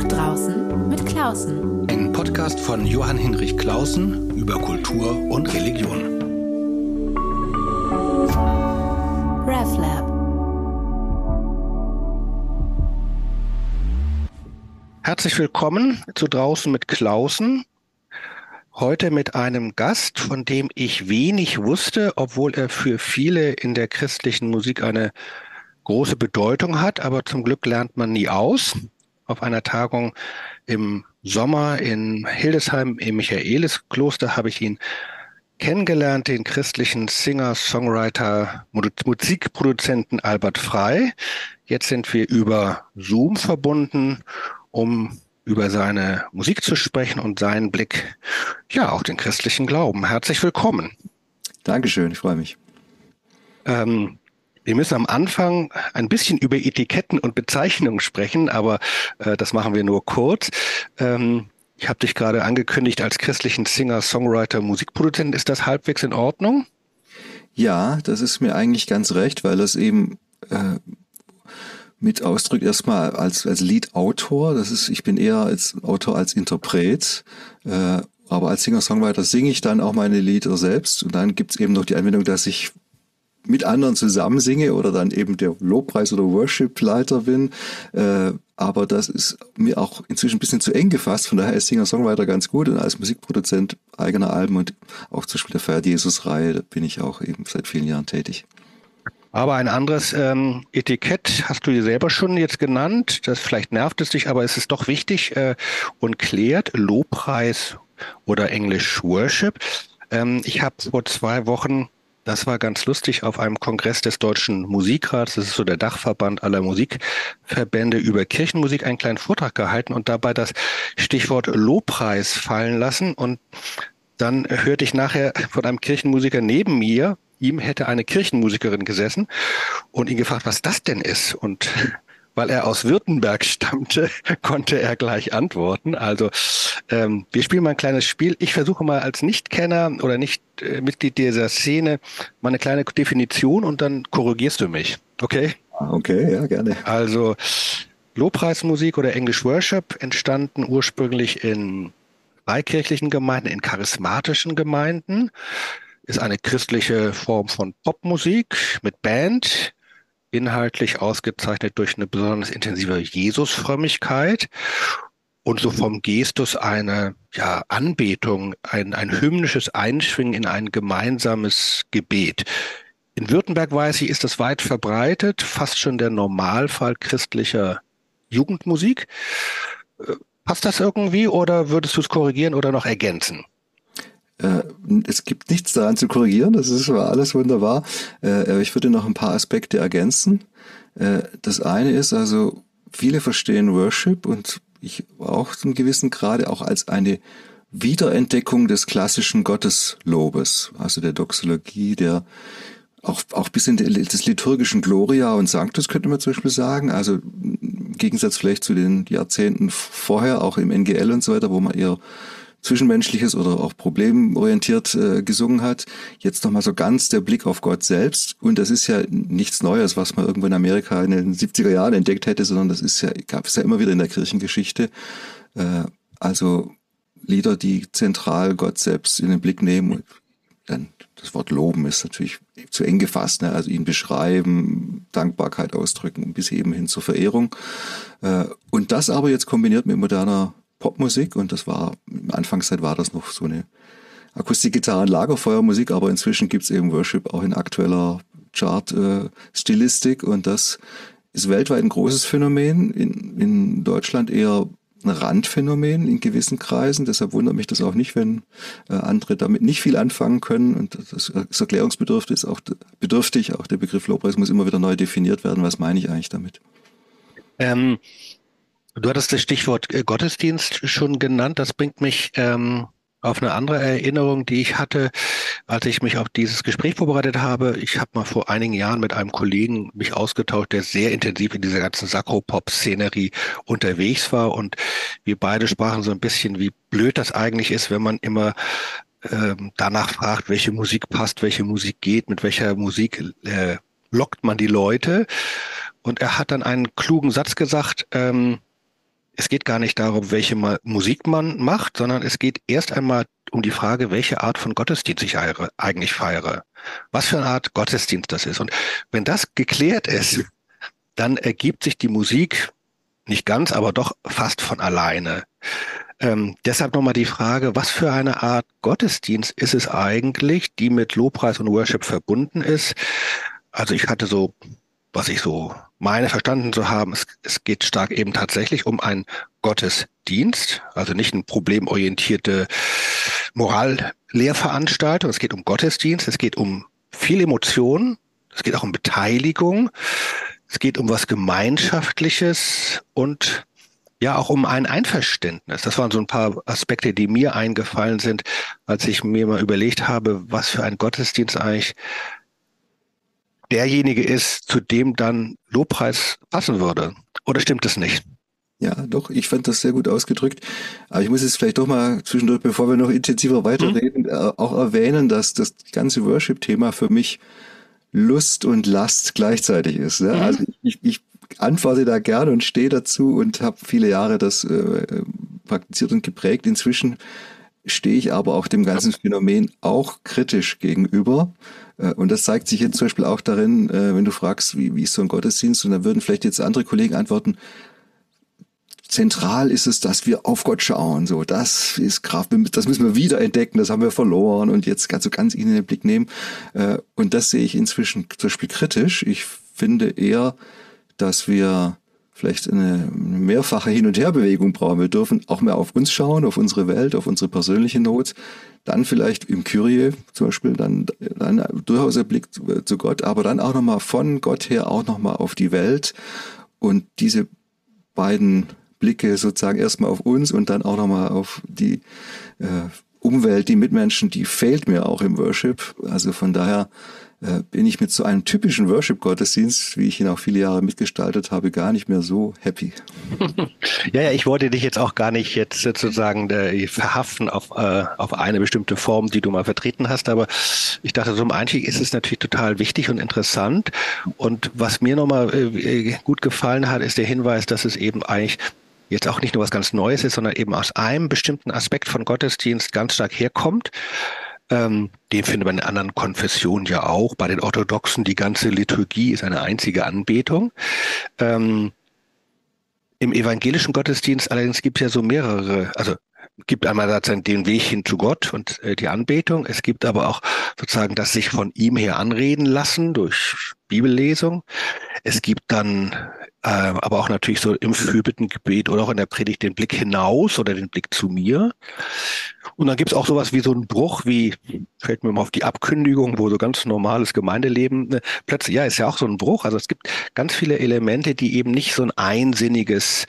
draußen mit Klausen. Ein Podcast von Johann Hinrich Clausen über Kultur und Religion. RefLab. Herzlich willkommen zu Draußen mit Klausen. Heute mit einem Gast, von dem ich wenig wusste, obwohl er für viele in der christlichen Musik eine große Bedeutung hat, aber zum Glück lernt man nie aus. Auf einer Tagung im Sommer in Hildesheim im Michaeliskloster habe ich ihn kennengelernt, den christlichen Singer, Songwriter, Musikproduzenten Albert Frei. Jetzt sind wir über Zoom verbunden, um über seine Musik zu sprechen und seinen Blick, ja, auf den christlichen Glauben. Herzlich willkommen. Dankeschön, ich freue mich. Wir müssen am Anfang ein bisschen über Etiketten und Bezeichnungen sprechen, aber das machen wir nur kurz. Ich habe dich gerade angekündigt als christlichen Singer, Songwriter, Musikproduzent. Ist das halbwegs in Ordnung? Ja, das ist mir eigentlich ganz recht, weil das eben mit ausdrückt erstmal als Liedautor. Ich bin eher als Autor als Interpret. Aber als Singer-Songwriter singe ich dann auch meine Lieder selbst. Und dann gibt's eben noch die Anwendung, dass ich mit anderen zusammen singe oder dann eben der Lobpreis- oder Worship-Leiter bin. Aber das ist mir auch inzwischen ein bisschen zu eng gefasst. Von daher ist Singer-Songwriter ganz gut. Und als Musikproduzent eigener Alben und auch zum Beispiel der Feiert Jesus-Reihe, da bin ich auch eben seit vielen Jahren tätig. Aber ein anderes Etikett hast du dir selber schon jetzt genannt. Das vielleicht nervt es dich, aber es ist doch wichtig und klärt. Lobpreis oder Englisch Worship. Ich habe vor 2 Wochen, das war ganz lustig, auf einem Kongress des Deutschen Musikrats, das ist so der Dachverband aller Musikverbände über Kirchenmusik, einen kleinen Vortrag gehalten und dabei das Stichwort Lobpreis fallen lassen. Und dann hörte ich nachher von einem Kirchenmusiker neben mir, ihm hätte eine Kirchenmusikerin gesessen und ihn gefragt, was das denn ist. Und weil er aus Württemberg stammte, konnte er gleich antworten. Also wir spielen mal ein kleines Spiel. Ich versuche mal als Nichtkenner oder nicht Mitglied dieser Szene mal eine kleine Definition und dann korrigierst du mich. Okay? Okay, ja, gerne. Also Lobpreismusik oder English Worship entstanden ursprünglich in freikirchlichen Gemeinden, in charismatischen Gemeinden. Ist eine christliche Form von Popmusik mit Band, inhaltlich ausgezeichnet durch eine besonders intensive Jesusfrömmigkeit und so vom Gestus eine Anbetung, ein hymnisches Einschwingen in ein gemeinsames Gebet. In Württemberg, weiß ich, ist das weit verbreitet, fast schon der Normalfall christlicher Jugendmusik. Passt das irgendwie oder würdest du es korrigieren oder noch ergänzen? Es gibt nichts daran zu korrigieren, war alles wunderbar. Ich würde noch ein paar Aspekte ergänzen. Das eine ist also, viele verstehen Worship und ich auch zum gewissen Grade auch als eine Wiederentdeckung des klassischen Gotteslobes, also der Doxologie, der auch bis in des liturgischen Gloria und Sanctus könnte man zum Beispiel sagen, also im Gegensatz vielleicht zu den Jahrzehnten vorher, auch im NGL und so weiter, wo man eher Zwischenmenschliches oder auch problemorientiert gesungen hat. Jetzt nochmal so ganz der Blick auf Gott selbst. Und das ist ja nichts Neues, was man irgendwo in Amerika in den 70er Jahren entdeckt hätte, sondern gab es ja immer wieder in der Kirchengeschichte. Also Lieder, die zentral Gott selbst in den Blick nehmen. Und dann das Wort loben ist natürlich zu eng gefasst, ne? Also ihn beschreiben, Dankbarkeit ausdrücken, bis eben hin zur Verehrung. Und das aber jetzt kombiniert mit moderner Popmusik, und das war, in der Anfangszeit war das noch so eine Akustikgitarren-Lagerfeuermusik, aber inzwischen gibt's eben Worship auch in aktueller Chart-Stilistik und das ist weltweit ein großes Phänomen, in Deutschland eher ein Randphänomen in gewissen Kreisen, deshalb wundert mich das auch nicht, wenn andere damit nicht viel anfangen können und das ist erklärungsbedürftig, ist auch bedürftig, auch der Begriff Lobpreis muss immer wieder neu definiert werden, was meine ich eigentlich damit? Du hattest das Stichwort Gottesdienst schon genannt. Das bringt mich auf eine andere Erinnerung, die ich hatte, als ich mich auf dieses Gespräch vorbereitet habe. Ich habe mal vor einigen Jahren mit einem Kollegen mich ausgetauscht, der sehr intensiv in dieser ganzen Sakropop-Szenerie unterwegs war. Und wir beide sprachen so ein bisschen, wie blöd das eigentlich ist, wenn man immer danach fragt, welche Musik passt, welche Musik geht, mit welcher Musik lockt man die Leute. Und er hat dann einen klugen Satz gesagt, es geht gar nicht darum, welche Musik man macht, sondern es geht erst einmal um die Frage, welche Art von Gottesdienst ich eigentlich feiere. Was für eine Art Gottesdienst das ist. Und wenn das geklärt ist, dann ergibt sich die Musik nicht ganz, aber doch fast von alleine. Deshalb nochmal die Frage, was für eine Art Gottesdienst ist es eigentlich, die mit Lobpreis und Worship verbunden ist? Also ich hatte so, was ich so meine verstanden zu haben, es geht stark eben tatsächlich um einen Gottesdienst, also nicht eine problemorientierte Morallehrveranstaltung. Es geht um Gottesdienst, es geht um viel Emotion, es geht auch um Beteiligung, es geht um was Gemeinschaftliches und ja, auch um ein Einverständnis. Das waren so ein paar Aspekte, die mir eingefallen sind, als ich mir mal überlegt habe, was für ein Gottesdienst eigentlich derjenige ist, zu dem dann Lobpreis passen würde. Oder stimmt es nicht? Ja, doch, ich fand das sehr gut ausgedrückt. Aber ich muss jetzt vielleicht doch mal zwischendurch, bevor wir noch intensiver weiterreden, auch erwähnen, dass das ganze Worship-Thema für mich Lust und Last gleichzeitig ist. Ne? Also ich antworte da gerne und stehe dazu und habe viele Jahre das praktiziert und geprägt. Inzwischen stehe ich aber auch dem ganzen Phänomen auch kritisch gegenüber. Und das zeigt sich jetzt zum Beispiel auch darin, wenn du fragst, wie ist so ein Gottesdienst, und dann würden vielleicht jetzt andere Kollegen antworten, zentral ist es, dass wir auf Gott schauen. So, das ist Kraft, das müssen wir wieder entdecken, das haben wir verloren und jetzt ganz ihn in den Blick nehmen. Und das sehe ich inzwischen zum Beispiel kritisch. Ich finde eher, dass wir vielleicht eine mehrfache Hin- und Herbewegung brauchen. Wir dürfen auch mehr auf uns schauen, auf unsere Welt, auf unsere persönliche Not. Dann vielleicht im Kyrie zum Beispiel, dann durchaus der Blick zu Gott, aber dann auch nochmal von Gott her auch nochmal auf die Welt. Und diese beiden Blicke sozusagen erstmal auf uns und dann auch nochmal auf die Umwelt, die Mitmenschen, die fehlt mir auch im Worship. Also von daher bin ich mit so einem typischen Worship-Gottesdienst, wie ich ihn auch viele Jahre mitgestaltet habe, gar nicht mehr so happy. Ja, ich wollte dich jetzt auch gar nicht jetzt sozusagen verhaften auf eine bestimmte Form, die du mal vertreten hast, aber ich dachte, so im Einstieg ist es natürlich total wichtig und interessant. Und was mir nochmal gut gefallen hat, ist der Hinweis, dass es eben eigentlich jetzt auch nicht nur was ganz Neues ist, sondern eben aus einem bestimmten Aspekt von Gottesdienst ganz stark herkommt. Den findet man in anderen Konfessionen ja auch. Bei den Orthodoxen, die ganze Liturgie ist eine einzige Anbetung. Im evangelischen Gottesdienst allerdings gibt es ja so mehrere, also gibt einmal den Weg hin zu Gott und die Anbetung. Es gibt aber auch sozusagen das sich von ihm her anreden lassen durch Bibellesung. Es gibt dann aber auch natürlich so im Fürbittengebet oder auch in der Predigt den Blick hinaus oder den Blick zu mir. Und dann gibt es auch sowas wie so einen Bruch, fällt mir mal auf die Abkündigung, wo so ganz normales Gemeindeleben plötzlich, ja, ist ja auch so ein Bruch. Also es gibt ganz viele Elemente, die eben nicht so ein einsinniges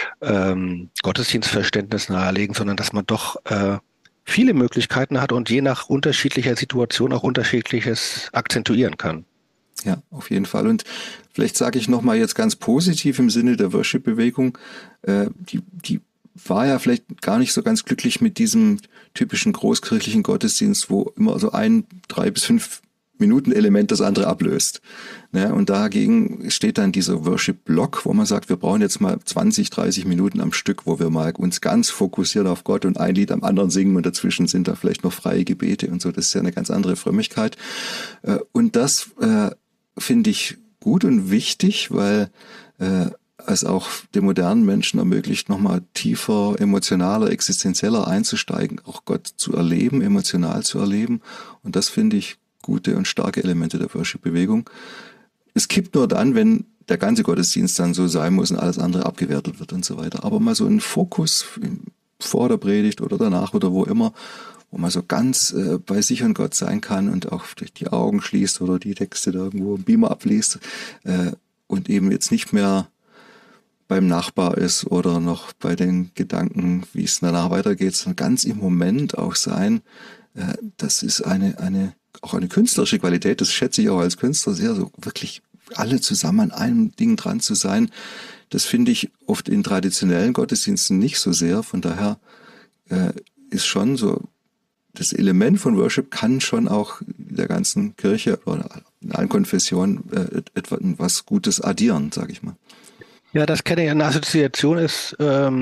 Gottesdienstverständnis nahelegen, sondern dass man doch viele Möglichkeiten hat und je nach unterschiedlicher Situation auch unterschiedliches akzentuieren kann. Ja, auf jeden Fall. Und vielleicht sage ich nochmal jetzt ganz positiv im Sinne der Worship-Bewegung, die war ja vielleicht gar nicht so ganz glücklich mit diesem typischen großkirchlichen Gottesdienst, wo immer so 3 bis 5 Minuten Element das andere ablöst. Ja, und dagegen steht dann dieser Worship-Block, wo man sagt, wir brauchen jetzt mal 20, 30 Minuten am Stück, wo wir mal uns ganz fokussieren auf Gott und ein Lied am anderen singen und dazwischen sind da vielleicht noch freie Gebete und so. Das ist ja eine ganz andere Frömmigkeit. Und das finde ich gut und wichtig, weil es auch dem modernen Menschen ermöglicht, nochmal tiefer, emotionaler, existenzieller einzusteigen, auch Gott zu erleben, emotional zu erleben. Und das finde ich gute und starke Elemente der Worship-Bewegung. Es kippt nur dann, wenn der ganze Gottesdienst dann so sein muss und alles andere abgewertet wird und so weiter. Aber mal so ein Fokus vor der Predigt oder danach oder wo immer, wo man so ganz bei sich und Gott sein kann und auch durch die Augen schließt oder die Texte da irgendwo im Beamer abliest und eben jetzt nicht mehr beim Nachbar ist oder noch bei den Gedanken, wie es danach weitergeht, sondern ganz im Moment auch sein. Das ist auch eine künstlerische Qualität, das schätze ich auch als Künstler sehr, so wirklich alle zusammen an einem Ding dran zu sein. Das finde ich oft in traditionellen Gottesdiensten nicht so sehr. Von daher ist schon so, das Element von Worship kann schon auch der ganzen Kirche oder in allen Konfessionen etwas Gutes addieren, sage ich mal. Ja, das kenne ich. Eine Assoziation ist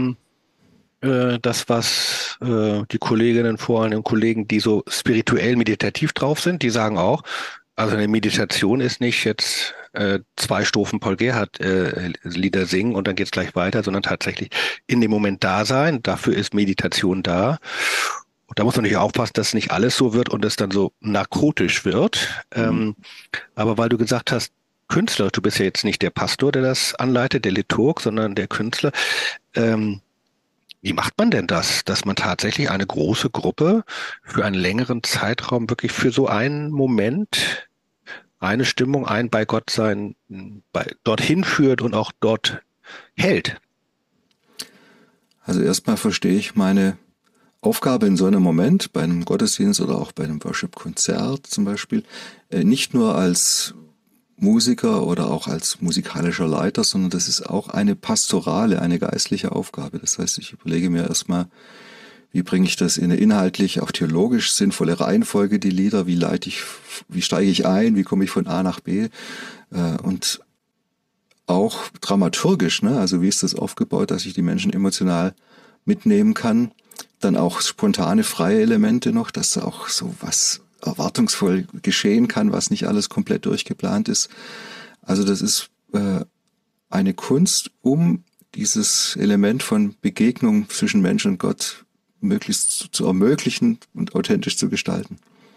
das, was die Kolleginnen vor allem Kollegen, die so spirituell meditativ drauf sind, die sagen auch, also eine Meditation ist nicht jetzt 2 Strophen Paul Gerhardt Lieder singen und dann geht's gleich weiter, sondern tatsächlich in dem Moment da sein. Dafür ist Meditation da. Und da muss man natürlich aufpassen, dass nicht alles so wird und es dann so narkotisch wird. Mhm. Aber weil du gesagt hast, Künstler, du bist ja jetzt nicht der Pastor, der das anleitet, der Liturg, sondern der Künstler. Ähm, Wie macht man denn das, dass man tatsächlich eine große Gruppe für einen längeren Zeitraum wirklich für so einen Moment, eine Stimmung, ein bei Gott sein, dorthin führt und auch dort hält? Also erstmal verstehe ich meine Aufgabe in so einem Moment, bei einem Gottesdienst oder auch bei einem Worship-Konzert zum Beispiel, nicht nur als Musiker oder auch als musikalischer Leiter, sondern das ist auch eine pastorale, eine geistliche Aufgabe. Das heißt, ich überlege mir erstmal, wie bringe ich das in eine inhaltlich, auch theologisch sinnvolle Reihenfolge, die Lieder, wie steige ich ein, wie komme ich von A nach B, und auch dramaturgisch, ne? Also wie ist das aufgebaut, dass ich die Menschen emotional mitnehmen kann. Dann auch spontane, freie Elemente noch, dass auch so was erwartungsvoll geschehen kann, was nicht alles komplett durchgeplant ist. Also das ist eine Kunst, um dieses Element von Begegnung zwischen Mensch und Gott möglichst zu ermöglichen und authentisch zu gestalten.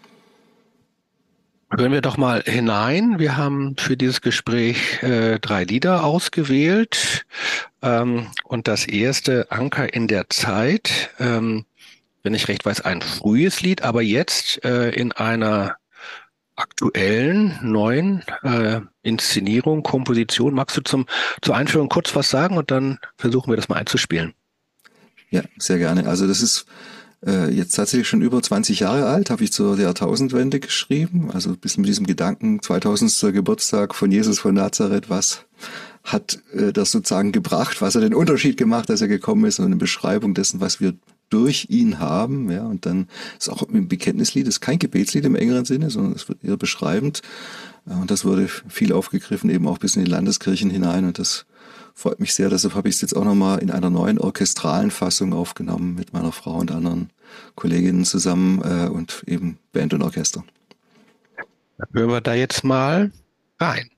Hören wir doch mal hinein. Wir haben für dieses Gespräch 3 Lieder ausgewählt. Und das erste, Anker in der Zeit, wenn ich recht weiß, ein frühes Lied, aber jetzt in einer aktuellen, neuen Inszenierung, Komposition. Magst du zur Einführung kurz was sagen und dann versuchen wir das mal einzuspielen? Ja, sehr gerne. Also das ist jetzt tatsächlich schon über 20 Jahre alt, habe ich zur Jahrtausendwende geschrieben, also ein bisschen mit diesem Gedanken, 2000. Geburtstag von Jesus von Nazareth, was hat das sozusagen gebracht, was hat den Unterschied gemacht, dass er gekommen ist, und eine Beschreibung dessen, was wir durch ihn haben, ja, und dann ist auch ein Bekenntnislied, ist kein Gebetslied im engeren Sinne, sondern es wird eher beschreibend, und das wurde viel aufgegriffen, eben auch bis in die Landeskirchen hinein, und das freut mich sehr. Deshalb habe ich es jetzt auch nochmal in einer neuen orchestralen Fassung aufgenommen mit meiner Frau und anderen Kolleginnen zusammen und eben Band und Orchester. Dann hören wir da jetzt mal rein.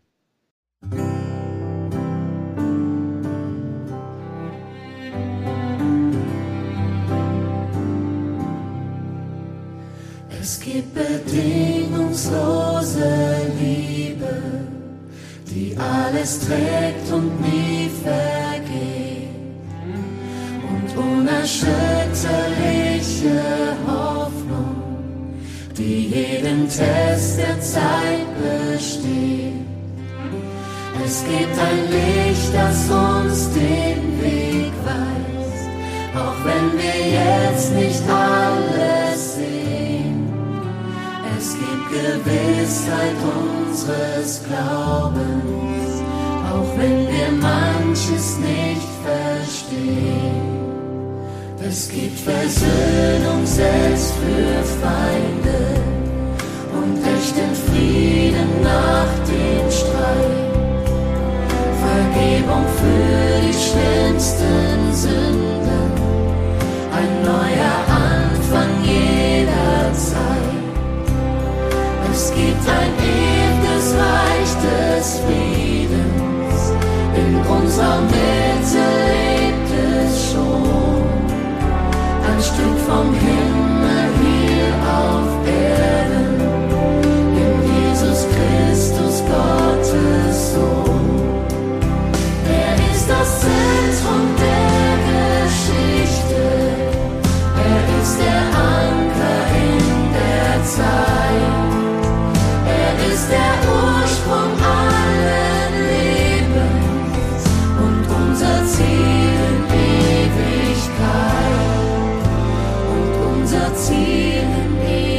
Es gibt bedingungslose Liebe, die alles trägt und nie vergeht, und unerschütterliche Hoffnung, die jeden Test der Zeit besteht. Es gibt ein Licht, das uns den Weg weist, auch wenn wir jetzt nicht alles sehen. Es gibt Gewissheit unseres Glaubens, auch wenn wir manches nicht verstehen. Es gibt Versöhnung selbst für Feinde und echten Frieden nach dem Streit. Vergebung für die schlimmsten Sünden, ein neuer Anfang jederzeit. Es gibt ein ewiges Reich des Friedens, in unserer Mitte lebt es schon. Ein Stück vom Himmel hier auf Erden, in Jesus Christus, Gottes Sohn. Er ist das Zentrum der Geschichte, er ist der Anker in der Zeit. Er ist der Ursprung allen Lebens und unser Ziel in Ewigkeit. Und unser Ziel in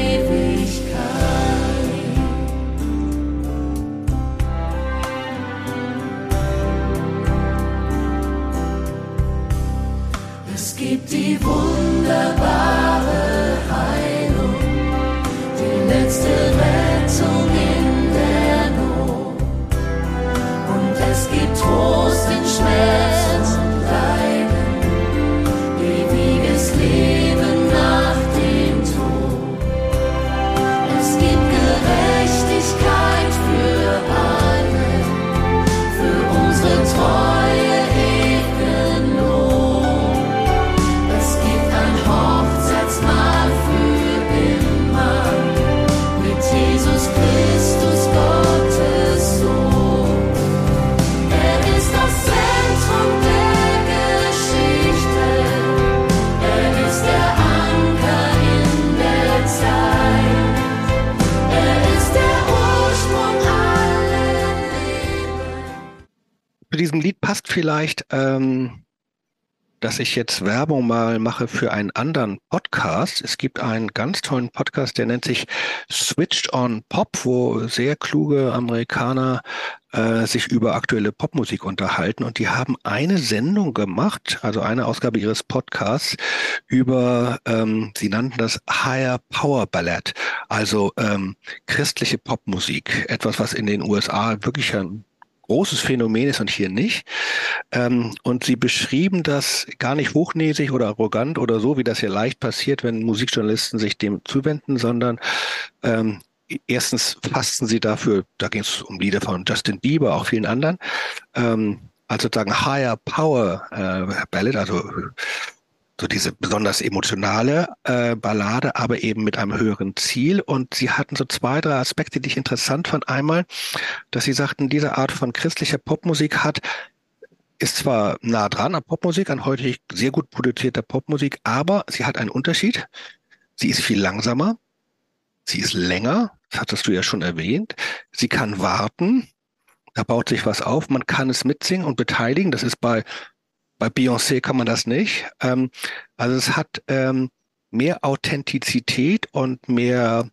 Ewigkeit. Es gibt die wunderbare Heilung, die letzte Rettung in der Not. Und es gibt Trost in Schmerzen. diesem Lied passt vielleicht, dass ich jetzt Werbung mal mache für einen anderen Podcast. Es gibt einen ganz tollen Podcast, der nennt sich Switched on Pop, wo sehr kluge Amerikaner sich über aktuelle Popmusik unterhalten. Und die haben eine Sendung gemacht, also eine Ausgabe ihres Podcasts über, sie nannten das Higher Power Ballad, also christliche Popmusik. Etwas, was in den USA wirklich ein großes Phänomen ist und hier nicht. Und sie beschrieben das gar nicht hochnäsig oder arrogant oder so, wie das hier leicht passiert, wenn Musikjournalisten sich dem zuwenden, sondern erstens fassten sie dafür, da ging es um Lieder von Justin Bieber, auch vielen anderen, also sozusagen Higher Power Ballad, also so diese besonders emotionale Ballade, aber eben mit einem höheren Ziel. Und sie hatten so 2, 3 Aspekte, die ich interessant fand. Einmal, dass sie sagten, diese Art von christlicher Popmusik ist zwar nah dran an Popmusik, an heute sehr gut produzierter Popmusik, aber sie hat einen Unterschied. Sie ist viel langsamer, sie ist länger, das hattest du ja schon erwähnt. Sie kann warten, da baut sich was auf, man kann es mitsingen und beteiligen. Das ist bei Beyoncé kann man das nicht. Also es hat mehr Authentizität und mehr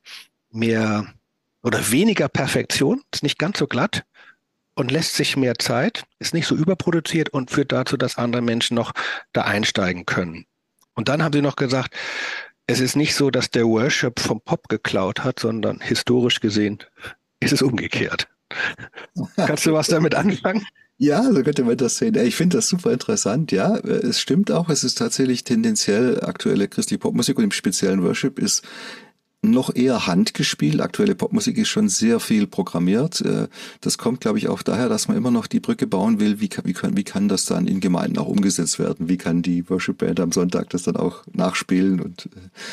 oder weniger Perfektion, ist nicht ganz so glatt und lässt sich mehr Zeit, ist nicht so überproduziert und führt dazu, dass andere Menschen noch da einsteigen können. Und dann haben sie noch gesagt, es ist nicht so, dass der Worship vom Pop geklaut hat, sondern historisch gesehen ist es umgekehrt. Kannst du was damit anfangen? Ja, so könnte man das sehen. Ich finde das super interessant. Ja, es stimmt auch. Es ist tatsächlich tendenziell aktuelle christliche Popmusik und im speziellen Worship ist noch eher handgespielt. Aktuelle Popmusik ist schon sehr viel programmiert. Das kommt, glaube ich, auch daher, dass man immer noch die Brücke bauen will. Wie kann das dann in Gemeinden auch umgesetzt werden? Wie kann die Worship-Band am Sonntag das dann auch nachspielen? Und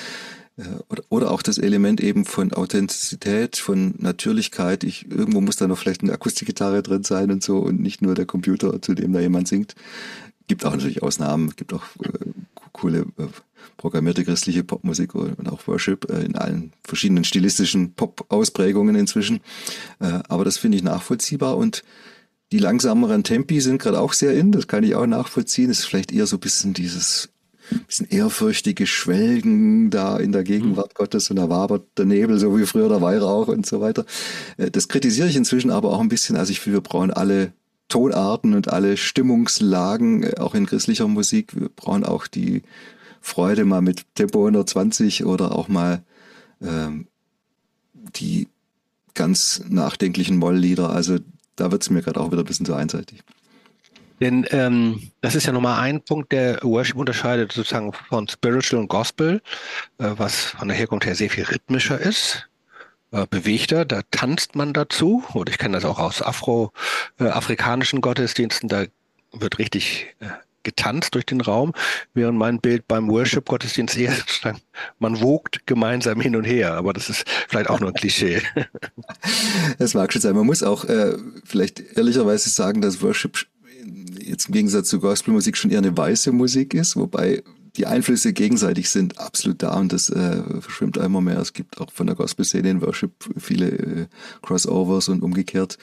oder auch das Element eben von Authentizität, von Natürlichkeit. Irgendwo muss da noch vielleicht eine Akustikgitarre drin sein und so und nicht nur der Computer, zu dem da jemand singt. Gibt auch natürlich Ausnahmen, gibt auch coole programmierte christliche Popmusik und auch Worship in allen verschiedenen stilistischen Pop-Ausprägungen inzwischen. Aber das finde ich nachvollziehbar und die langsameren Tempi sind gerade auch sehr in, das kann ich auch nachvollziehen. Es ist vielleicht eher so ein bisschen dieses bisschen ehrfürchtige Schwelgen da in der Gegenwart Gottes und da wabert der Nebel, so wie früher der Weihrauch und so weiter. Das kritisiere ich inzwischen aber auch ein bisschen. Also ich finde, wir brauchen alle Tonarten und alle Stimmungslagen, auch in christlicher Musik. Wir brauchen auch die Freude mal mit Tempo 120 oder auch mal die ganz nachdenklichen Molllieder. Also da wird es mir gerade auch wieder ein bisschen zu einseitig. Denn das ist ja nochmal ein Punkt, der Worship unterscheidet sozusagen von Spiritual und Gospel, was von der Herkunft her sehr viel rhythmischer ist, bewegter, da tanzt man dazu. Und ich kenne das auch aus afrikanischen Gottesdiensten, da wird richtig getanzt durch den Raum, während mein Bild beim Worship-Gottesdienst eher sozusagen, man wogt gemeinsam hin und her, aber das ist vielleicht auch nur ein Klischee. Das mag schon sein. Man muss auch vielleicht ehrlicherweise sagen, dass Worship jetzt im Gegensatz zu Gospelmusik schon eher eine weiße Musik ist, wobei die Einflüsse gegenseitig sind absolut da und das verschwimmt immer mehr. Es gibt auch von der Gospel-Szene in Worship viele Crossovers und umgekehrt.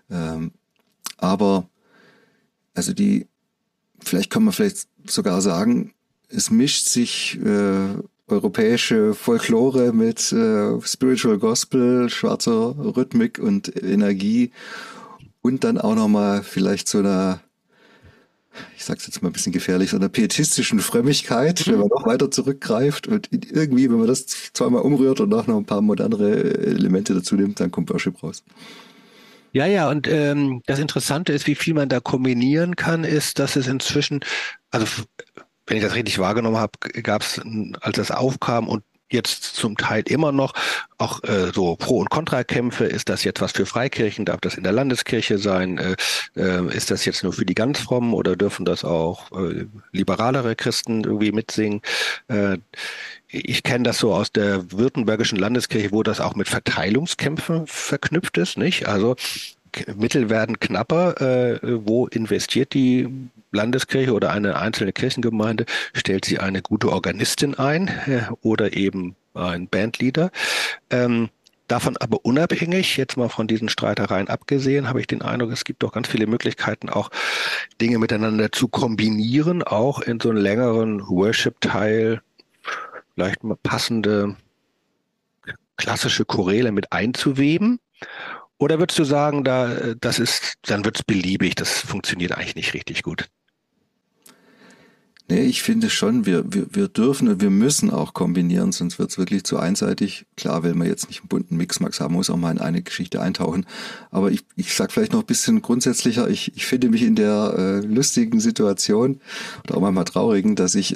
Aber also vielleicht kann man vielleicht sogar sagen, es mischt sich europäische Folklore mit Spiritual Gospel, schwarzer Rhythmik und Energie und dann auch nochmal vielleicht so einer, ich sag's jetzt mal ein bisschen gefährlich, so einer pietistischen Frömmigkeit, wenn man noch weiter zurückgreift und irgendwie, wenn man das zweimal umrührt und auch noch ein paar modernere Elemente dazu nimmt, dann kommt Worship raus. Ja, und das Interessante ist, wie viel man da kombinieren kann, ist, dass es inzwischen, also wenn ich das richtig wahrgenommen habe, gab es, als das aufkam und jetzt zum Teil immer noch auch so Pro- und Kontrakämpfe. Ist das jetzt was für Freikirchen? Darf das in der Landeskirche sein? Ist das jetzt nur für die ganz Frommen oder dürfen das auch liberalere Christen irgendwie mitsingen? Ich kenne das so aus der württembergischen Landeskirche, wo das auch mit Verteilungskämpfen verknüpft ist, nicht? Also Mittel werden knapper. Wo investiert die Landeskirche oder eine einzelne Kirchengemeinde? Stellt sie eine gute Organistin ein oder eben ein Bandleader? Davon aber unabhängig, jetzt mal von diesen Streitereien abgesehen, habe ich den Eindruck, es gibt doch ganz viele Möglichkeiten, auch Dinge miteinander zu kombinieren, auch in so einen längeren Worship-Teil, vielleicht mal passende klassische Choräle mit einzuweben. Oder würdest du sagen, dann wird es beliebig, das funktioniert eigentlich nicht richtig gut? Nee, ich finde schon, wir dürfen und wir müssen auch kombinieren, sonst wird es wirklich zu einseitig. Klar, wenn man jetzt nicht einen bunten Mixmax haben muss, auch mal in eine Geschichte eintauchen. Aber ich sag vielleicht noch ein bisschen grundsätzlicher, ich finde mich in der lustigen Situation oder auch manchmal traurigen, dass ich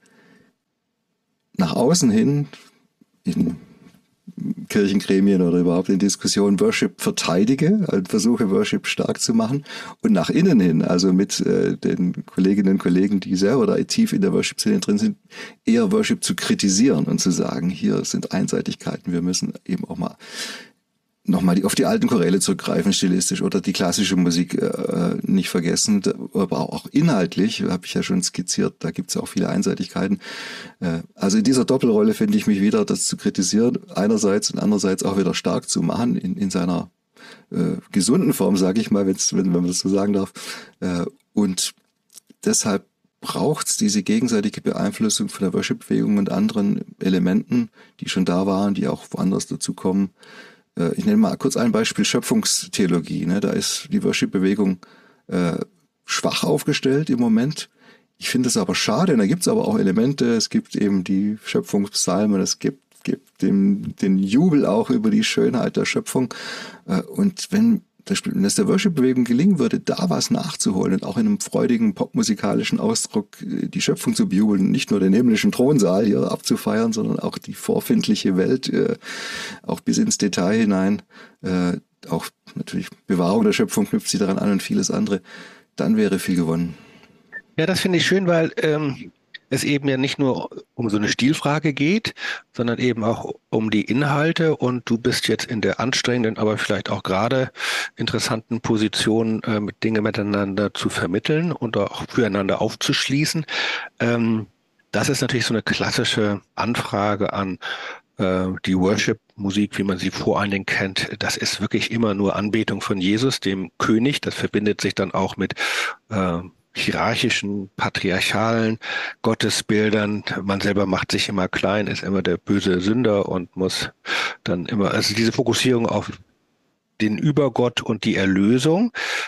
nach außen hin in Kirchengremien oder überhaupt in Diskussionen Worship verteidige und versuche Worship stark zu machen und nach innen hin, also mit den Kolleginnen und Kollegen, die selber da tief in der Worship-Szene drin sind, eher Worship zu kritisieren und zu sagen, hier sind Einseitigkeiten, wir müssen eben auch mal nochmal auf die alten Choräle zurückgreifen, stilistisch, oder die klassische Musik nicht vergessen, aber auch inhaltlich, habe ich ja schon skizziert, da gibt es auch viele Einseitigkeiten. Also in dieser Doppelrolle finde ich mich wieder, das zu kritisieren, einerseits und andererseits auch wieder stark zu machen, in seiner gesunden Form, sage ich mal, wenn man das so sagen darf. Und deshalb braucht es diese gegenseitige Beeinflussung von der Worship-Bewegung und anderen Elementen, die schon da waren, die auch woanders dazukommen. Ich nenne mal kurz ein Beispiel, Schöpfungstheologie. Da ist die Worship-Bewegung schwach aufgestellt im Moment. Ich finde es aber schade, und da gibt es aber auch Elemente, es gibt eben die Schöpfungspsalmen, es gibt den Jubel auch über die Schönheit der Schöpfung. Und wenn es der Worship-Bewegung gelingen würde, da was nachzuholen und auch in einem freudigen popmusikalischen Ausdruck die Schöpfung zu bejubeln, nicht nur den himmlischen Thronsaal hier abzufeiern, sondern auch die vorfindliche Welt, auch bis ins Detail hinein, auch natürlich Bewahrung der Schöpfung knüpft sich daran an und vieles andere, dann wäre viel gewonnen. Ja, das finde ich schön, weil es eben ja nicht nur um so eine Stilfrage geht, sondern eben auch um die Inhalte, und du bist jetzt in der anstrengenden, aber vielleicht auch gerade interessanten Position, Dinge miteinander zu vermitteln und auch füreinander aufzuschließen. Das ist natürlich so eine klassische Anfrage an die Worship-Musik, wie man sie vor allen Dingen kennt. Das ist wirklich immer nur Anbetung von Jesus, dem König. Das verbindet sich dann auch mit hierarchischen, patriarchalen Gottesbildern. Man selber macht sich immer klein, ist immer der böse Sünder und muss dann immer, also diese Fokussierung auf den Übergott und die Erlösung.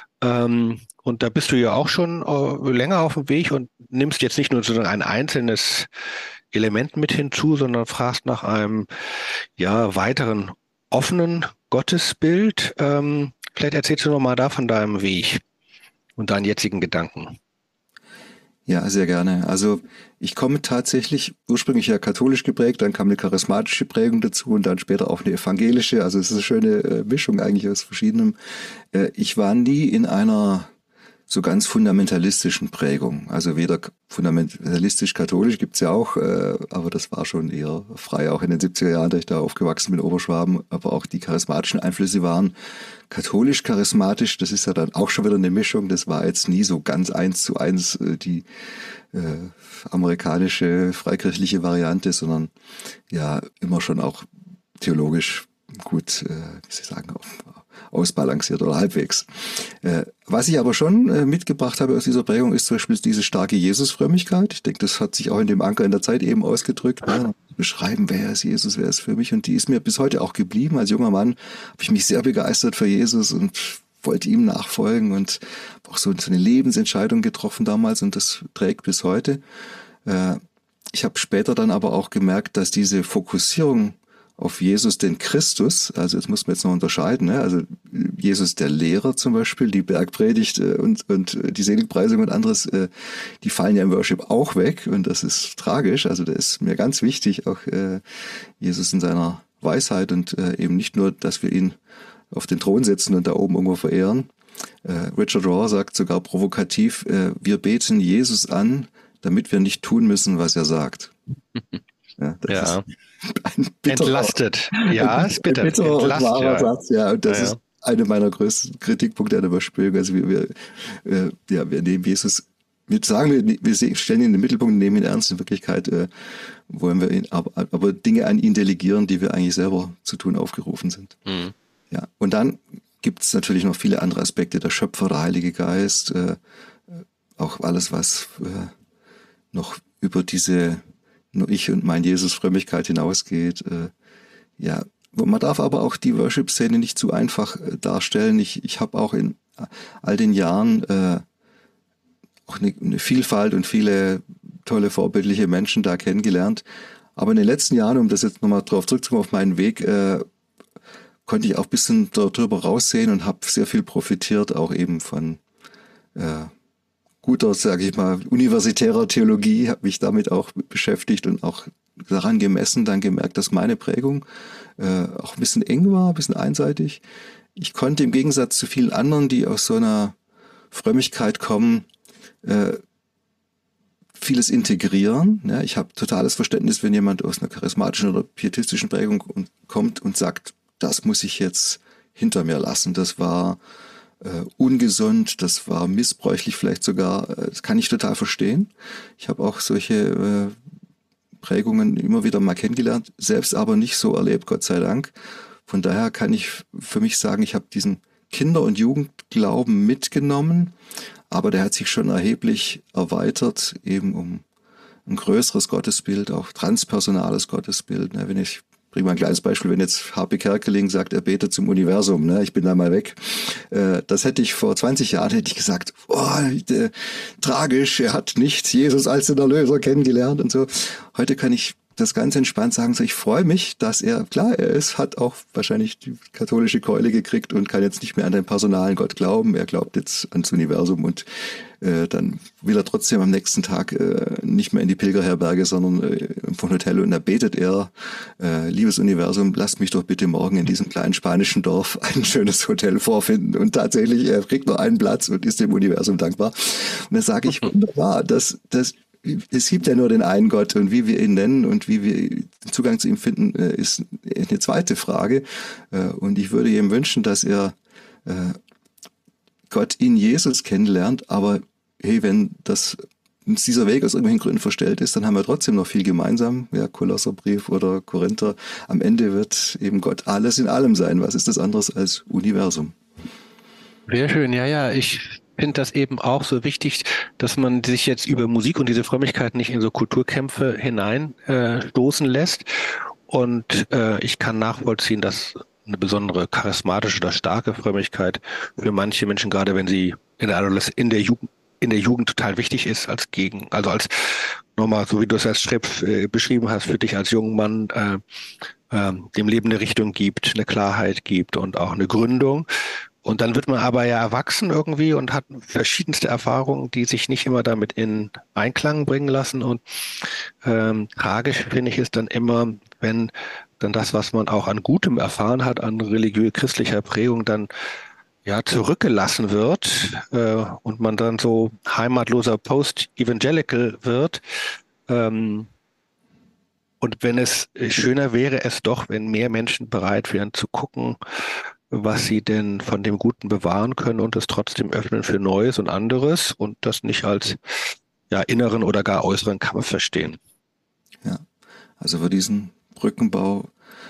Und da bist du ja auch schon länger auf dem Weg und nimmst jetzt nicht nur sozusagen ein einzelnes Element mit hinzu, sondern fragst nach einem weiteren offenen Gottesbild. Vielleicht erzählst du noch mal da von deinem Weg und deinen jetzigen Gedanken. Ja, sehr gerne. Also ich komme tatsächlich ursprünglich ja katholisch geprägt, dann kam eine charismatische Prägung dazu und dann später auch eine evangelische. Also es ist eine schöne Mischung eigentlich aus verschiedenem. Ich war nie in einer so ganz fundamentalistischen Prägung. Also weder fundamentalistisch-katholisch gibt's ja auch, aber das war schon eher frei, auch in den 70er Jahren, da ich da aufgewachsen bin in Oberschwaben. Aber auch die charismatischen Einflüsse waren katholisch-charismatisch. Das ist ja dann auch schon wieder eine Mischung. Das war jetzt nie so ganz 1:1 die amerikanische freikirchliche Variante, sondern ja immer schon auch theologisch gut, wie soll ich sagen, ausbalanciert oder halbwegs. Was ich aber schon mitgebracht habe aus dieser Prägung, ist zum Beispiel diese starke Jesusfrömmigkeit. Ich denke, das hat sich auch in dem Anker in der Zeit eben ausgedrückt. Ne? Beschreiben, wer ist Jesus, wer ist für mich. Und die ist mir bis heute auch geblieben. Als junger Mann habe ich mich sehr begeistert für Jesus und wollte ihm nachfolgen und auch so eine Lebensentscheidung getroffen damals, und das trägt bis heute. Ich habe später dann aber auch gemerkt, dass diese Fokussierung auf Jesus, den Christus, also jetzt muss man jetzt noch unterscheiden, ne? Also Jesus der Lehrer zum Beispiel, die Bergpredigt und die Seligpreisung und anderes, die fallen ja im Worship auch weg, und das ist tragisch. Also da ist mir ganz wichtig, auch Jesus in seiner Weisheit und eben nicht nur, dass wir ihn auf den Thron setzen und da oben irgendwo verehren. Richard Rohr sagt sogar provokativ, wir beten Jesus an, damit wir nicht tun müssen, was er sagt. Ja, das ist ein bitterer, entlastet. Ja, ist bitter. Ein bitterer und wahrer ja. Satz, ja. Und das ist einer meiner größten Kritikpunkte an der Worship-Bewegung. Also wir nehmen Jesus stellen ihn in den Mittelpunkt und nehmen ihn ernst. In Wirklichkeit wollen wir ihn aber Dinge an ihn delegieren, die wir eigentlich selber zu tun aufgerufen sind. Mhm. Ja. Und dann gibt es natürlich noch viele andere Aspekte, der Schöpfer, der Heilige Geist, auch alles, was noch über diese nur ich und mein Jesus-Frömmigkeit hinausgeht. Ja, man darf aber auch die Worship-Szene nicht zu einfach darstellen. Ich habe auch in all den Jahren auch eine Vielfalt und viele tolle, vorbildliche Menschen da kennengelernt. Aber in den letzten Jahren, um das jetzt nochmal drauf zurückzukommen auf meinen Weg, konnte ich auch ein bisschen darüber raussehen und habe sehr viel profitiert, auch eben von guter, sage ich mal, universitärer Theologie, habe mich damit auch beschäftigt und auch daran gemessen, dann gemerkt, dass meine Prägung auch ein bisschen eng war, ein bisschen einseitig. Ich konnte im Gegensatz zu vielen anderen, die aus so einer Frömmigkeit kommen, vieles integrieren. Ja, ich habe totales Verständnis, wenn jemand aus einer charismatischen oder pietistischen Prägung kommt und sagt, das muss ich jetzt hinter mir lassen. Das war ungesund, das war missbräuchlich vielleicht sogar. Das kann ich total verstehen. Ich habe auch solche Prägungen immer wieder mal kennengelernt, selbst aber nicht so erlebt, Gott sei Dank. Von daher kann ich für mich sagen, ich habe diesen Kinder- und Jugendglauben mitgenommen, aber der hat sich schon erheblich erweitert, eben um ein größeres Gottesbild, auch transpersonales Gottesbild. Wenn ich bringe mal ein kleines Beispiel, wenn jetzt H.P. Kerkeling sagt, er betet zum Universum, ich bin da mal weg. Das hätte ich vor 20 Jahren gesagt, tragisch, er hat nicht Jesus als den Erlöser kennengelernt und so. Heute kann ich das ganz entspannt sagen, so ich freue mich, dass er hat auch wahrscheinlich die katholische Keule gekriegt und kann jetzt nicht mehr an den personalen Gott glauben. Er glaubt jetzt ans Universum und dann will er trotzdem am nächsten Tag nicht mehr in die Pilgerherberge, sondern vom Hotel und da betet er, liebes Universum, lasst mich doch bitte morgen in diesem kleinen spanischen Dorf ein schönes Hotel vorfinden und tatsächlich, er kriegt nur einen Platz und ist dem Universum dankbar. Und da sage ich, wunderbar, es gibt ja nur den einen Gott und wie wir ihn nennen und wie wir den Zugang zu ihm finden, ist eine zweite Frage. Und ich würde ihm wünschen, dass er Gott in Jesus kennenlernt, aber hey, wenn dieser Weg aus irgendwelchen Gründen verstellt ist, dann haben wir trotzdem noch viel gemeinsam. Ja, Kolosserbrief oder Korinther. Am Ende wird eben Gott alles in allem sein. Was ist das anderes als Universum? Sehr schön, ja, ich finde das eben auch so wichtig, dass man sich jetzt über Musik und diese Frömmigkeit nicht in so Kulturkämpfe hineinstoßen lässt. Und ich kann nachvollziehen, dass eine besondere charismatische oder starke Frömmigkeit für manche Menschen, gerade wenn sie in der Jugend total wichtig ist, als nochmal, so wie du es als Schrift beschrieben hast, für dich als jungen Mann, dem Leben eine Richtung gibt, eine Klarheit gibt und auch eine Gründung. Und dann wird man aber ja erwachsen irgendwie und hat verschiedenste Erfahrungen, die sich nicht immer damit in Einklang bringen lassen. Und tragisch finde ich es dann immer, wenn dann das, was man auch an Gutem erfahren hat, an religiös-christlicher Prägung, dann zurückgelassen wird und man dann so heimatloser Post-Evangelical wird. Und wenn es schöner wäre es doch, wenn mehr Menschen bereit wären zu gucken, was sie denn von dem Guten bewahren können und es trotzdem öffnen für Neues und anderes und das nicht als inneren oder gar äußeren Kampf verstehen. Ja, also für diesen Brückenbau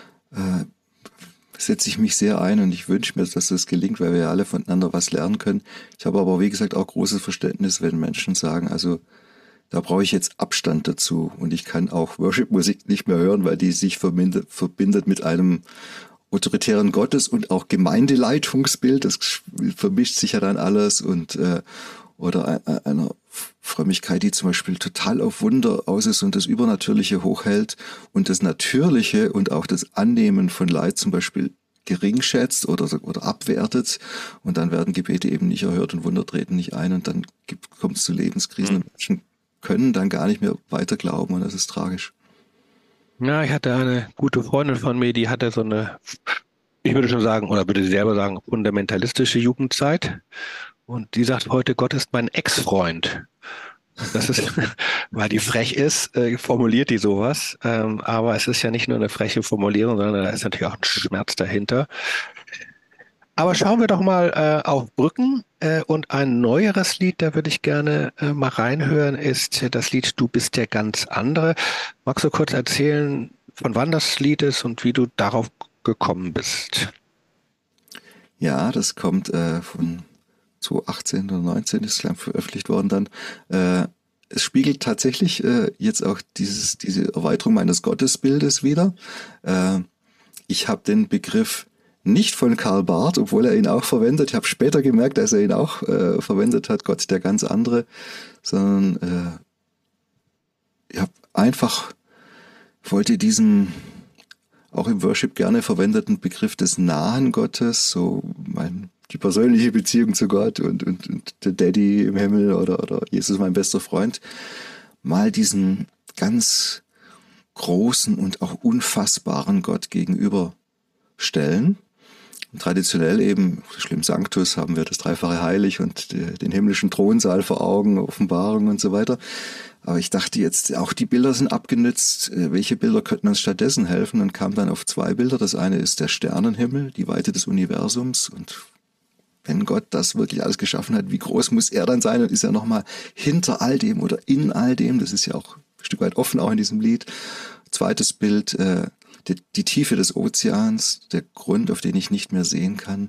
setze ich mich sehr ein und ich wünsche mir, dass das gelingt, weil wir ja alle voneinander was lernen können. Ich habe aber, wie gesagt, auch großes Verständnis, wenn Menschen sagen, also da brauche ich jetzt Abstand dazu und ich kann auch Worship-Musik nicht mehr hören, weil die sich verbindet mit einem autoritären Gottes- und auch Gemeindeleitungsbild. Das vermischt sich ja dann alles und oder einer Frömmigkeit, die zum Beispiel total auf Wunder aus ist und das Übernatürliche hochhält und das Natürliche und auch das Annehmen von Leid zum Beispiel geringschätzt oder abwertet und dann werden Gebete eben nicht erhört und Wunder treten nicht ein und dann kommt es zu Lebenskrisen und Menschen können dann gar nicht mehr weiter glauben und das ist tragisch. Ja, ich hatte eine gute Freundin von mir, die hatte so eine, ich würde schon sagen, oder würde sie selber sagen, fundamentalistische Jugendzeit. Und die sagt heute, Gott ist mein Ex-Freund. Das ist, weil die frech ist, formuliert die sowas. Aber es ist ja nicht nur eine freche Formulierung, sondern da ist natürlich auch ein Schmerz dahinter. Aber schauen wir doch mal auf Brücken und ein neueres Lied, da würde ich gerne mal reinhören, ist das Lied Du bist der ganz andere. Magst du kurz erzählen, von wann das Lied ist und wie du darauf gekommen bist? Ja, das kommt von 2018 oder 2019 ist es glaub ich, veröffentlicht worden dann. Es spiegelt tatsächlich jetzt auch diese Erweiterung meines Gottesbildes wider. Ich habe den Begriff nicht von Karl Barth, obwohl er ihn auch verwendet. Ich habe später gemerkt, dass er ihn auch verwendet hat, Gott der ganz andere, sondern ich habe einfach, wollte diesen auch im Worship gerne verwendeten Begriff des nahen Gottes, so die persönliche Beziehung zu Gott und der Daddy im Himmel oder Jesus mein bester Freund, mal diesen ganz großen und auch unfassbaren Gott gegenüberstellen. Und traditionell eben, schlimm Sanctus, haben wir das dreifache Heilig und den himmlischen Thronsaal vor Augen, Offenbarung und so weiter. Aber ich dachte jetzt, auch die Bilder sind abgenützt. Welche Bilder könnten uns stattdessen helfen? Und kam dann auf 2 Bilder. Das eine ist der Sternenhimmel, die Weite des Universums. Und wenn Gott das wirklich alles geschaffen hat, wie groß muss er dann sein? Und ist er nochmal hinter all dem oder in all dem? Das ist ja auch ein Stück weit offen auch in diesem Lied. Zweites Bild, die Tiefe des Ozeans, der Grund, auf den ich nicht mehr sehen kann.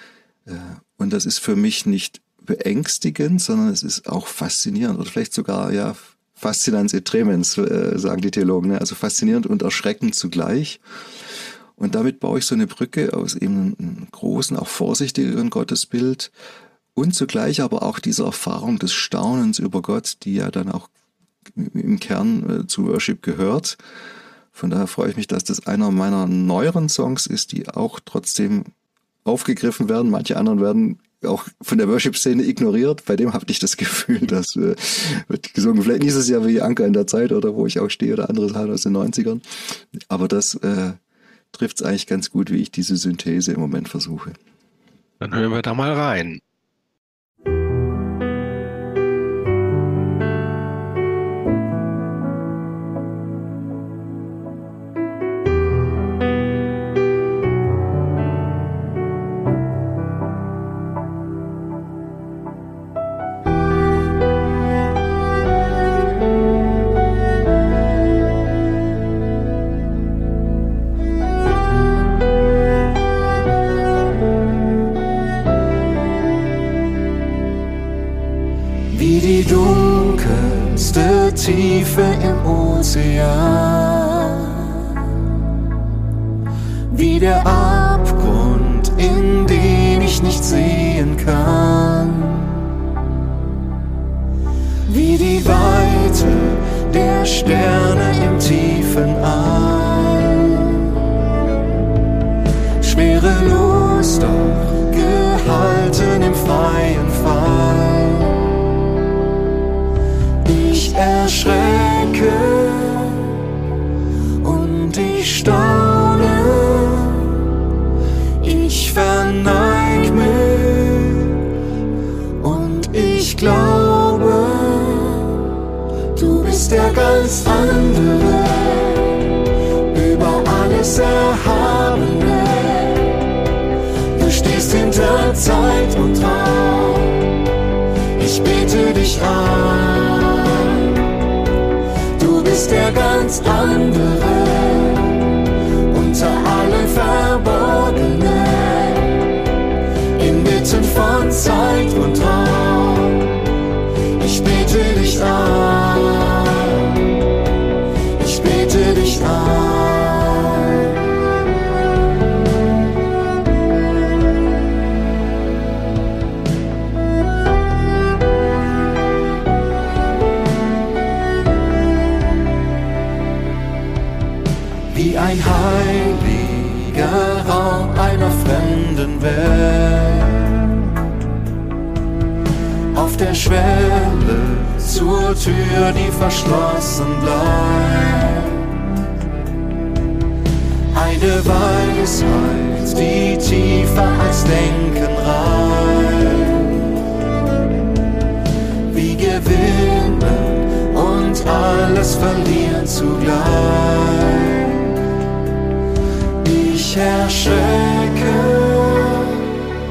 Und das ist für mich nicht beängstigend, sondern es ist auch faszinierend oder vielleicht sogar, ja, Faszinans et tremens, sagen die Theologen, ne? Also faszinierend und erschreckend zugleich. Und damit baue ich so eine Brücke aus eben einem großen, auch vorsichtigeren Gottesbild und zugleich aber auch dieser Erfahrung des Staunens über Gott, die ja dann auch im Kern zu Worship gehört. Von daher freue ich mich, dass das einer meiner neueren Songs ist, die auch trotzdem aufgegriffen werden. Manche anderen werden auch von der Worship-Szene ignoriert. Bei dem habe ich das Gefühl, das wird gesungen. Vielleicht nächstes Jahr wie Anker in der Zeit oder wo ich auch stehe oder anderes halt aus den 90ern. Aber das trifft es eigentlich ganz gut, wie ich diese Synthese im Moment versuche. Dann hören wir da mal rein. Tiefe im Ozean, wie der Abgrund, in den ich nicht sehen kann, wie die Weite der Sterne im tiefen All, schwerelos doch gehalten im freien Fall. Ich erschrecke und ich staune, ich verneig mich und ich glaube, du bist der ganz andere, über alles Erhabene. Du stehst hinter Zeit und Raum, ich bete dich an. Du bist der ganz andere, unter allem Verborgenen, inmitten von Zeit und Raum. Ich bete dich an, ich bete dich an. Wie ein heiliger Raum einer fremden Welt, auf der Schwelle zur Tür, die verschlossen bleibt. Eine Weisheit, die tiefer als Denken reicht. Wie gewinnen und alles verlieren zugleich. Ich erschrecke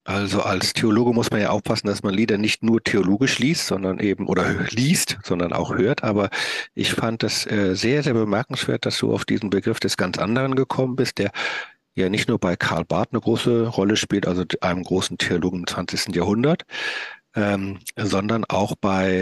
Also als Theologe muss man ja aufpassen, dass man Lieder nicht nur theologisch liest, sondern eben oder liest, sondern auch hört. Aber ich fand es sehr, sehr bemerkenswert, dass du auf diesen Begriff des ganz anderen gekommen bist, der ja nicht nur bei Karl Barth eine große Rolle spielt, also einem großen Theologen im 20. Jahrhundert, sondern auch bei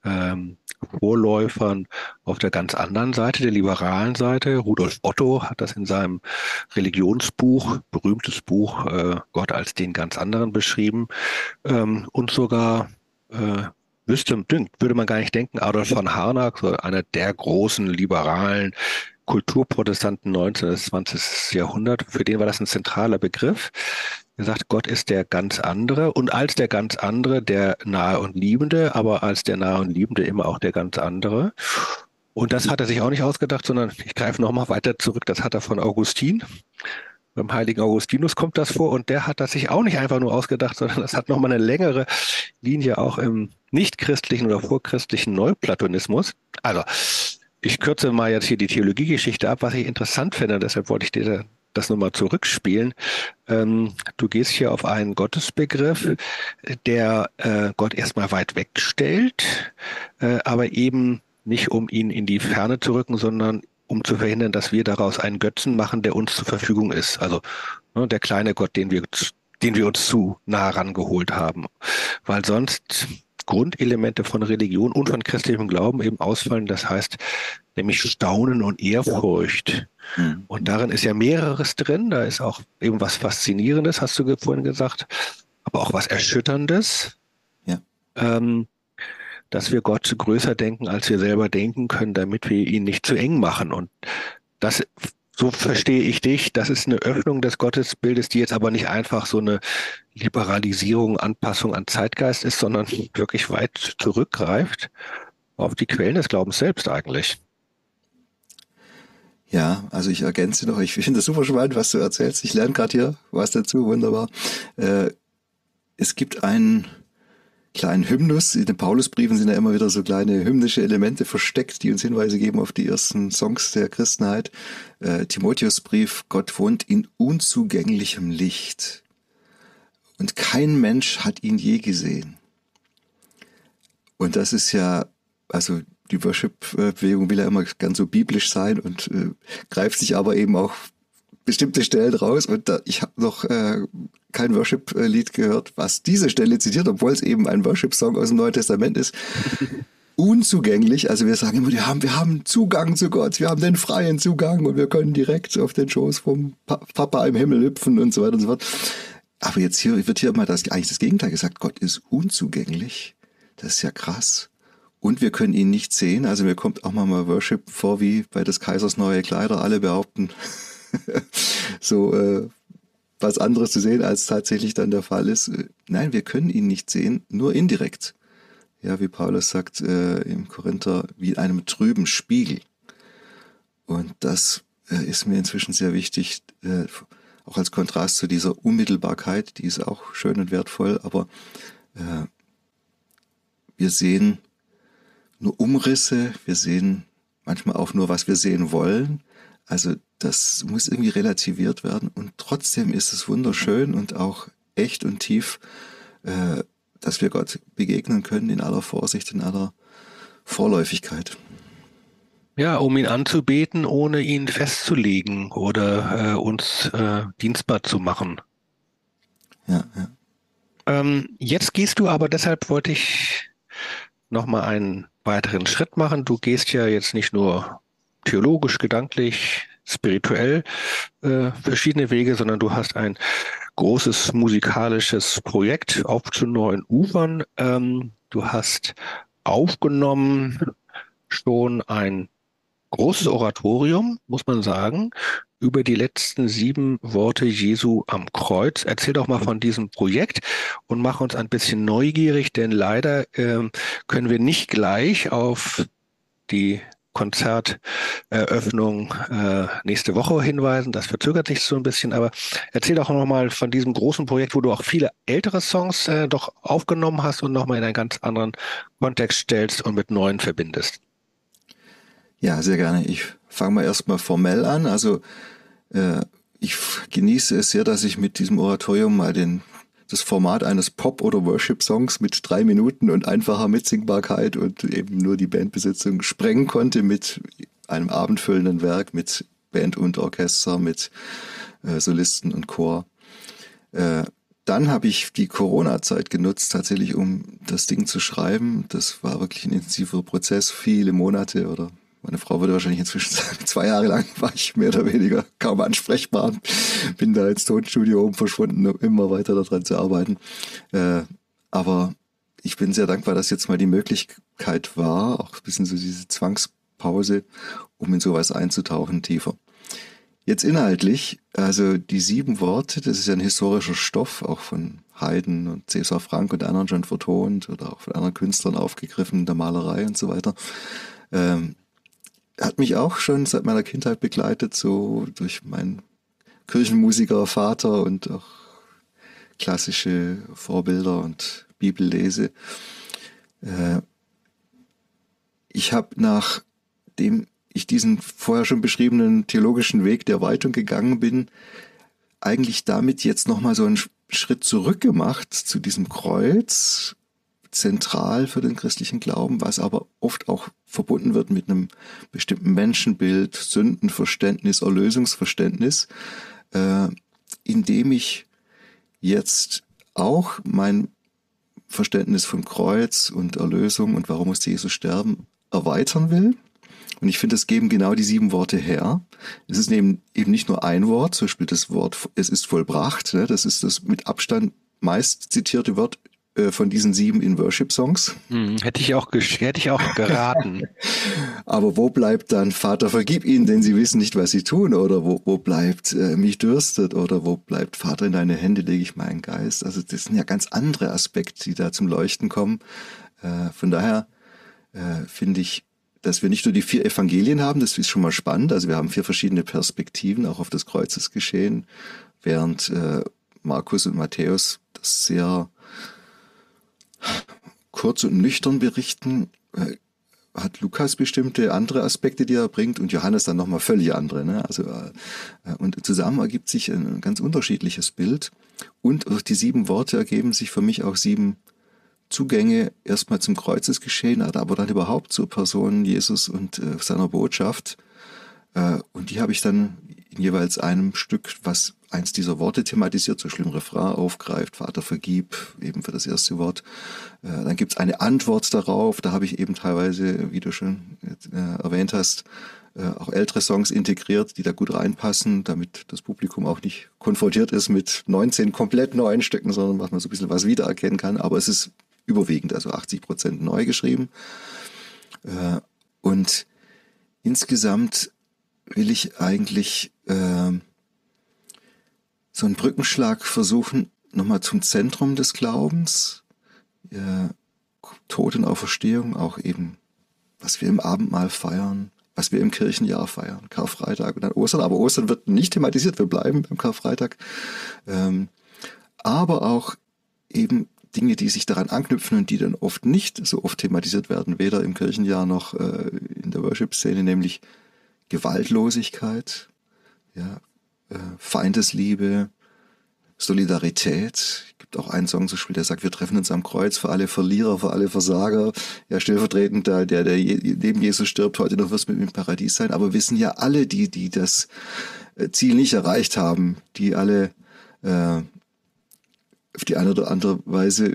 Vorläufern auf der ganz anderen Seite, der liberalen Seite. Rudolf Otto hat das in seinem Religionsbuch, berühmtes Buch, Gott als den ganz anderen beschrieben. Und sogar würde man gar nicht denken, Adolf von Harnack, so einer der großen liberalen Kulturprotestanten 19. bis 20. Jahrhundert, für den war das ein zentraler Begriff. Er sagt, Gott ist der ganz andere und als der ganz andere der Nahe und Liebende, aber als der Nahe und Liebende immer auch der ganz andere. Und das hat er sich auch nicht ausgedacht, sondern ich greife nochmal weiter zurück, das hat er von Augustin. Beim heiligen Augustinus kommt das vor und der hat das sich auch nicht einfach nur ausgedacht, sondern das hat nochmal eine längere Linie auch im nichtchristlichen oder vorchristlichen Neuplatonismus. Also, ich kürze mal jetzt hier die Theologiegeschichte ab, was ich interessant finde, deshalb wollte ich dir das nochmal zurückspielen. Du gehst hier auf einen Gottesbegriff, der Gott erstmal weit wegstellt, aber eben nicht um ihn in die Ferne zu rücken, sondern um zu verhindern, dass wir daraus einen Götzen machen, der uns zur Verfügung ist. Also der kleine Gott, den wir uns zu nah rangeholt haben. Weil sonst Grundelemente von Religion und von christlichem Glauben eben ausfallen. Das heißt nämlich Staunen und Ehrfurcht. Mhm. Und darin ist ja mehreres drin. Da ist auch eben was Faszinierendes, hast du vorhin gesagt, aber auch was Erschütterndes. Ja. Dass wir Gott größer denken, als wir selber denken können, damit wir ihn nicht zu eng machen. Und das, so verstehe ich dich, das ist eine Öffnung des Gottesbildes, die jetzt aber nicht einfach so eine Liberalisierung, Anpassung an Zeitgeist ist, sondern wirklich weit zurückgreift auf die Quellen des Glaubens selbst eigentlich. Ja, also ich ergänze noch, ich finde das super spannend, was du erzählst. Ich lerne gerade hier was dazu, wunderbar. Es gibt einen kleinen Hymnus. In den Paulusbriefen sind ja immer wieder so kleine hymnische Elemente versteckt, die uns Hinweise geben auf die ersten Songs der Christenheit. Timotheusbrief, Gott wohnt in unzugänglichem Licht. Und kein Mensch hat ihn je gesehen. Und das ist ja, also die Worship-Bewegung will ja immer ganz so biblisch sein und greift sich aber eben auch bestimmte Stellen raus. Und ich habe noch kein Worship-Lied gehört, was diese Stelle zitiert, obwohl es eben ein Worship-Song aus dem Neuen Testament ist. Unzugänglich, also wir sagen immer, wir haben Zugang zu Gott, wir haben den freien Zugang und wir können direkt auf den Schoß vom Papa im Himmel hüpfen und so weiter und so fort. Aber jetzt wird hier mal eigentlich das Gegenteil gesagt, Gott ist unzugänglich. Das ist ja krass. Und wir können ihn nicht sehen, also mir kommt auch mal Worship vor wie bei des Kaisers neue Kleider, alle behaupten, so was anderes zu sehen, als tatsächlich dann der Fall ist. Nein, wir können ihn nicht sehen, nur indirekt. Ja, wie Paulus sagt im Korinther, wie in einem trüben Spiegel. Und das ist mir inzwischen sehr wichtig, auch als Kontrast zu dieser Unmittelbarkeit, die ist auch schön und wertvoll, aber wir sehen nur Umrisse, wir sehen manchmal auch nur, was wir sehen wollen. Also das muss irgendwie relativiert werden und trotzdem ist es wunderschön und auch echt und tief, dass wir Gott begegnen können in aller Vorsicht, in aller Vorläufigkeit. Ja, um ihn anzubeten, ohne ihn festzulegen oder uns dienstbar zu machen. Ja, ja. Jetzt gehst du aber, deshalb wollte ich nochmal einen weiteren Schritt machen. Du gehst ja jetzt nicht nur theologisch, gedanklich, spirituell verschiedene Wege, sondern du hast ein großes musikalisches Projekt auf zu neuen Ufern. Du hast aufgenommen schon ein großes Oratorium, muss man sagen, über die letzten 7 Worte Jesu am Kreuz. Erzähl doch mal von diesem Projekt und mach uns ein bisschen neugierig, denn leider können wir nicht gleich auf die Konzerteröffnung nächste Woche hinweisen. Das verzögert sich so ein bisschen, aber erzähl doch nochmal von diesem großen Projekt, wo du auch viele ältere Songs doch aufgenommen hast und nochmal in einen ganz anderen Kontext stellst und mit neuen verbindest. Ja, sehr gerne. Ich fange mal erstmal formell an. Also ich genieße es sehr, dass ich mit diesem Oratorium mal den das Format eines Pop- oder Worship-Songs mit 3 Minuten und einfacher Mitsingbarkeit und eben nur die Bandbesetzung sprengen konnte mit einem abendfüllenden Werk, mit Band und Orchester, mit Solisten und Chor. Dann habe ich die Corona-Zeit genutzt, tatsächlich, um das Ding zu schreiben. Das war wirklich ein intensiver Prozess, viele Monate, oder meine Frau würde wahrscheinlich inzwischen sagen, 2 Jahre lang war ich mehr oder weniger kaum ansprechbar. Bin da ins Tonstudio oben verschwunden, um immer weiter daran zu arbeiten. Aber ich bin sehr dankbar, dass jetzt mal die Möglichkeit war, auch ein bisschen so diese Zwangspause, um in sowas einzutauchen, tiefer. Jetzt inhaltlich, also die 7 Worte, das ist ja ein historischer Stoff, auch von Haydn und Cäsar Frank und anderen schon vertont oder auch von anderen Künstlern aufgegriffen in der Malerei und so weiter. Hat mich auch schon seit meiner Kindheit begleitet, so durch meinen Kirchenmusiker Vater und auch klassische Vorbilder und Bibellese. Ich habe, nachdem ich diesen vorher schon beschriebenen theologischen Weg der Erweiterung gegangen bin, eigentlich damit jetzt nochmal so einen Schritt zurück gemacht zu diesem Kreuz, zentral für den christlichen Glauben, was aber oft auch verbunden wird mit einem bestimmten Menschenbild, Sündenverständnis, Erlösungsverständnis, indem ich jetzt auch mein Verständnis von Kreuz und Erlösung und warum musste Jesus sterben erweitern will. Und ich finde, es geben genau die 7 Worte her. Es ist eben nicht nur ein Wort, zum Beispiel das Wort, es ist vollbracht, ne? Das ist das mit Abstand meist zitierte Wort von diesen 7 in Worship-Songs. Hätte ich auch geraten. Aber wo bleibt dann Vater, vergib ihnen, denn sie wissen nicht, was sie tun? Oder wo bleibt mich dürstet? Oder wo bleibt Vater, in deine Hände lege ich meinen Geist? Also das sind ja ganz andere Aspekte, die da zum Leuchten kommen. Von daher finde ich, dass wir nicht nur die 4 Evangelien haben, das ist schon mal spannend. Also wir haben 4 verschiedene Perspektiven auch auf das Kreuzesgeschehen, während Markus und Matthäus das sehr kurz und nüchtern berichten, hat Lukas bestimmte andere Aspekte, die er bringt, und Johannes dann nochmal völlig andere. Ne? Also, und zusammen ergibt sich ein ganz unterschiedliches Bild. Und durch die 7 Worte ergeben sich für mich auch 7 Zugänge erstmal zum Kreuzesgeschehen, aber dann überhaupt zur Person Jesus und seiner Botschaft. Und die habe ich dann in jeweils einem Stück, was eins dieser Worte thematisiert, zum Beispiel im Refrain aufgreift, Vater vergib, eben für das erste Wort. Dann gibt es eine Antwort darauf, da habe ich eben teilweise, wie du schon erwähnt hast, auch ältere Songs integriert, die da gut reinpassen, damit das Publikum auch nicht konfrontiert ist mit 19 komplett neuen Stücken, sondern was man so ein bisschen was wiedererkennen kann. Aber es ist überwiegend, also 80% neu geschrieben. Und insgesamt will ich eigentlich so einen Brückenschlag versuchen, nochmal zum Zentrum des Glaubens, Tod und Auferstehung, auch eben, was wir im Abendmahl feiern, was wir im Kirchenjahr feiern, Karfreitag und dann Ostern. Aber Ostern wird nicht thematisiert, wir bleiben beim Karfreitag. Aber auch eben Dinge, die sich daran anknüpfen und die dann oft nicht so oft thematisiert werden, weder im Kirchenjahr noch in der Worship-Szene, nämlich Gewaltlosigkeit, ja, Feindesliebe, Solidarität. Es gibt auch einen Song zum Beispiel, der sagt, wir treffen uns am Kreuz für alle Verlierer, für alle Versager. Ja, stellvertretend der neben Jesus stirbt, heute noch wirst du mit ihm im Paradies sein. Aber wir wissen ja alle, die das Ziel nicht erreicht haben, die alle auf die eine oder andere Weise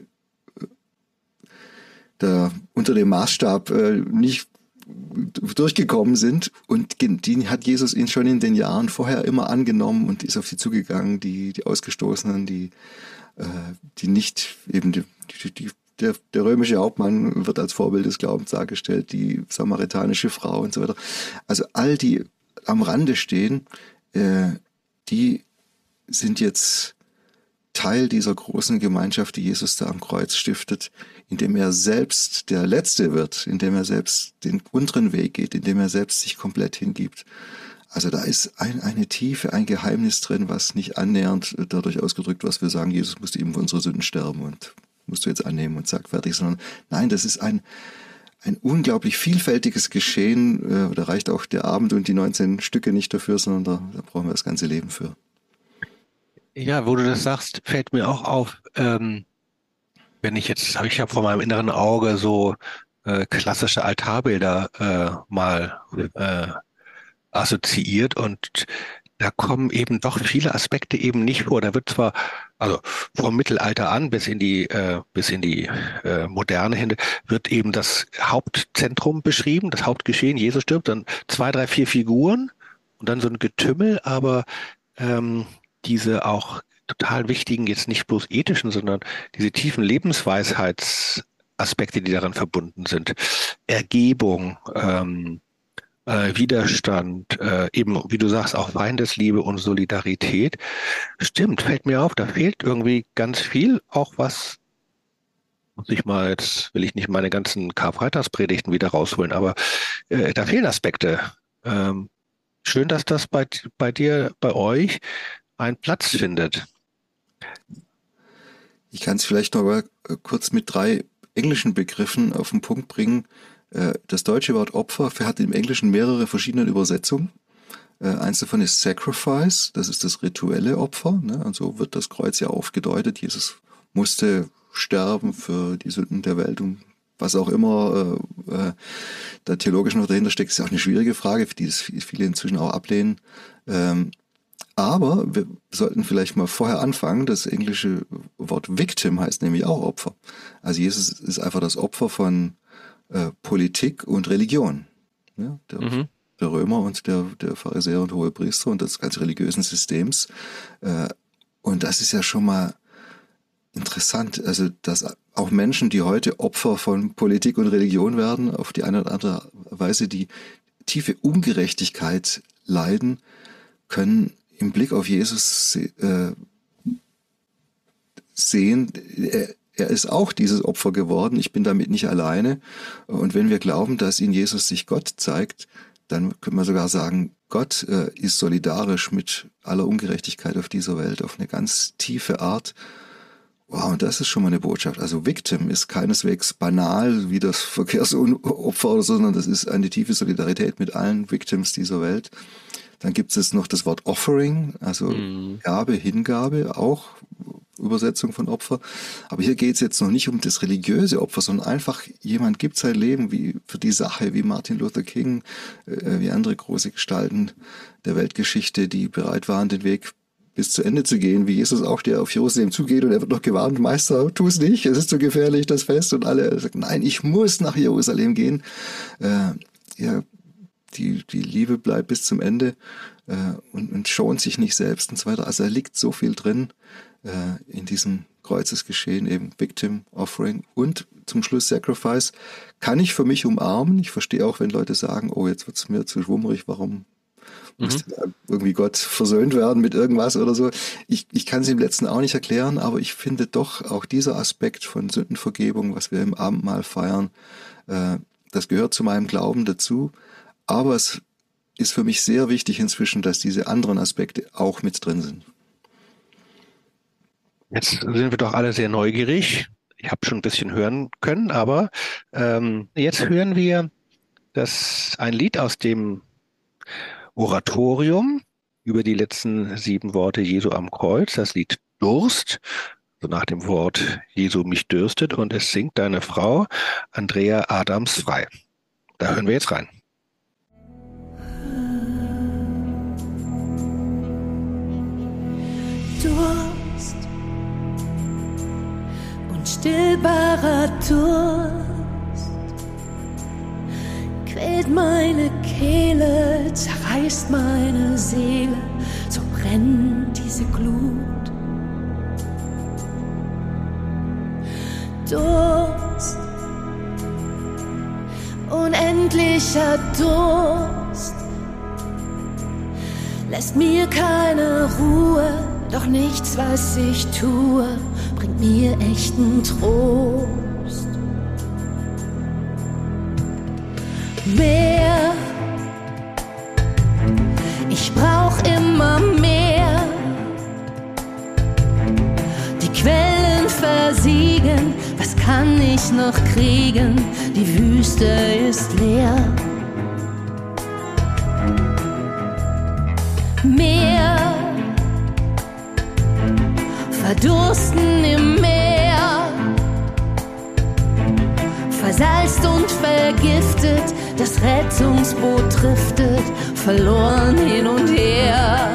da unter dem Maßstab nicht durchgekommen sind, und die hat Jesus ihn schon in den Jahren vorher immer angenommen und ist auf sie zugegangen, die Ausgestoßenen, die nicht eben der römische Hauptmann wird als Vorbild des Glaubens dargestellt, die samaritanische Frau und so weiter. Also all die am Rande stehen, die sind jetzt Teil dieser großen Gemeinschaft, die Jesus da am Kreuz stiftet, indem er selbst der Letzte wird, indem er selbst den unteren Weg geht, indem er selbst sich komplett hingibt. Also da ist eine Tiefe, ein Geheimnis drin, was nicht annähernd dadurch ausgedrückt, was wir sagen, Jesus musste eben für unsere Sünden sterben und musst du jetzt annehmen und zack, fertig, sondern nein, das ist ein unglaublich vielfältiges Geschehen. Da reicht auch der Abend und die 19 Stücke nicht dafür, sondern da brauchen wir das ganze Leben für. Ja, wo du das sagst, fällt mir auch auf, wenn ich jetzt, habe ich ja vor meinem inneren Auge so klassische Altarbilder mal assoziiert und da kommen eben doch viele Aspekte eben nicht vor. Da wird zwar, also vom Mittelalter an bis in die Moderne hin, wird eben das Hauptzentrum beschrieben, das Hauptgeschehen. Jesus stirbt, dann 2, 3, 4 Figuren und dann so ein Getümmel, aber diese auch total wichtigen, jetzt nicht bloß ethischen, sondern diese tiefen Lebensweisheitsaspekte, die daran verbunden sind. Ergebung, Widerstand, eben, wie du sagst, auch Feindesliebe und Solidarität. Stimmt, fällt mir auf, da fehlt irgendwie ganz viel, auch was, jetzt will ich nicht meine ganzen Karfreitagspredigten wieder rausholen, aber da fehlen Aspekte. Schön, dass das bei dir, bei euch einen Platz findet. Ich kann es vielleicht noch mal kurz mit 3 englischen Begriffen auf den Punkt bringen. Das deutsche Wort Opfer hat im Englischen mehrere verschiedene Übersetzungen. Eins davon ist Sacrifice, das ist das rituelle Opfer. Ne? Und so wird das Kreuz ja oft gedeutet. Jesus musste sterben für die Sünden der Welt und was auch immer da theologisch noch dahinter steckt, ist ja auch eine schwierige Frage, die viele inzwischen auch ablehnen. Aber wir sollten vielleicht mal vorher anfangen. Das englische Wort Victim heißt nämlich auch Opfer. Also Jesus ist einfach das Opfer von Politik und Religion. Ja, der Römer und der Pharisäer und Hohepriester und des ganz religiösen Systems. Und das ist ja schon mal interessant. Also, dass auch Menschen, die heute Opfer von Politik und Religion werden, auf die eine oder andere Weise die tiefe Ungerechtigkeit leiden, können im Blick auf Jesus sehen, er ist auch dieses Opfer geworden, ich bin damit nicht alleine. Und wenn wir glauben, dass in Jesus sich Gott zeigt, dann könnte man sogar sagen, Gott ist solidarisch mit aller Ungerechtigkeit auf dieser Welt auf eine ganz tiefe Art. Wow, und das ist schon mal eine Botschaft. Also Victim ist keineswegs banal wie das Verkehrsopfer oder so, sondern das ist eine tiefe Solidarität mit allen Victims dieser Welt. Dann gibt es noch das Wort Offering, also Gabe, Hingabe, auch Übersetzung von Opfer. Aber hier geht es jetzt noch nicht um das religiöse Opfer, sondern einfach jemand gibt sein Leben wie für die Sache, wie Martin Luther King, wie andere große Gestalten der Weltgeschichte, die bereit waren, den Weg bis zu Ende zu gehen, wie Jesus auch, der auf Jerusalem zugeht und er wird noch gewarnt, Meister, tu es nicht, es ist zu gefährlich, das Fest. Und alle sagen, nein, ich muss nach Jerusalem gehen. Die Liebe bleibt bis zum Ende und schont sich nicht selbst und so weiter. Also da liegt so viel drin in diesem Kreuzesgeschehen, eben Victim, Offering und zum Schluss Sacrifice. Kann ich für mich umarmen. Ich verstehe auch, wenn Leute sagen, oh, jetzt wird es mir zu schwummrig, warum musste da irgendwie Gott versöhnt werden mit irgendwas oder so. Ich kann es im Letzten auch nicht erklären, aber ich finde doch auch dieser Aspekt von Sündenvergebung, was wir im Abendmahl feiern, das gehört zu meinem Glauben dazu. Aber es ist für mich sehr wichtig inzwischen, dass diese anderen Aspekte auch mit drin sind. Jetzt sind wir doch alle sehr neugierig. Ich habe schon ein bisschen hören können, aber jetzt hören wir ein Lied aus dem Oratorium über die letzten 7 Worte Jesu am Kreuz, das Lied Durst, so nach dem Wort Jesu mich dürstet, und es singt deine Frau Andrea Adams-Frei. Da hören wir jetzt rein. Durst und stillbarer Durst quält meine Kehle, zerreißt meine Seele, so brennt diese Glut. Durst, unendlicher Durst, lässt mir keine Ruhe, doch nichts, was ich tue, bringt mir echten Trost. Mehr, ich brauch immer mehr. Die Quellen versiegen, was kann ich noch kriegen? Die Wüste ist leer. Meer, verdursten im Meer. Das Rettungsboot driftet verloren hin und her.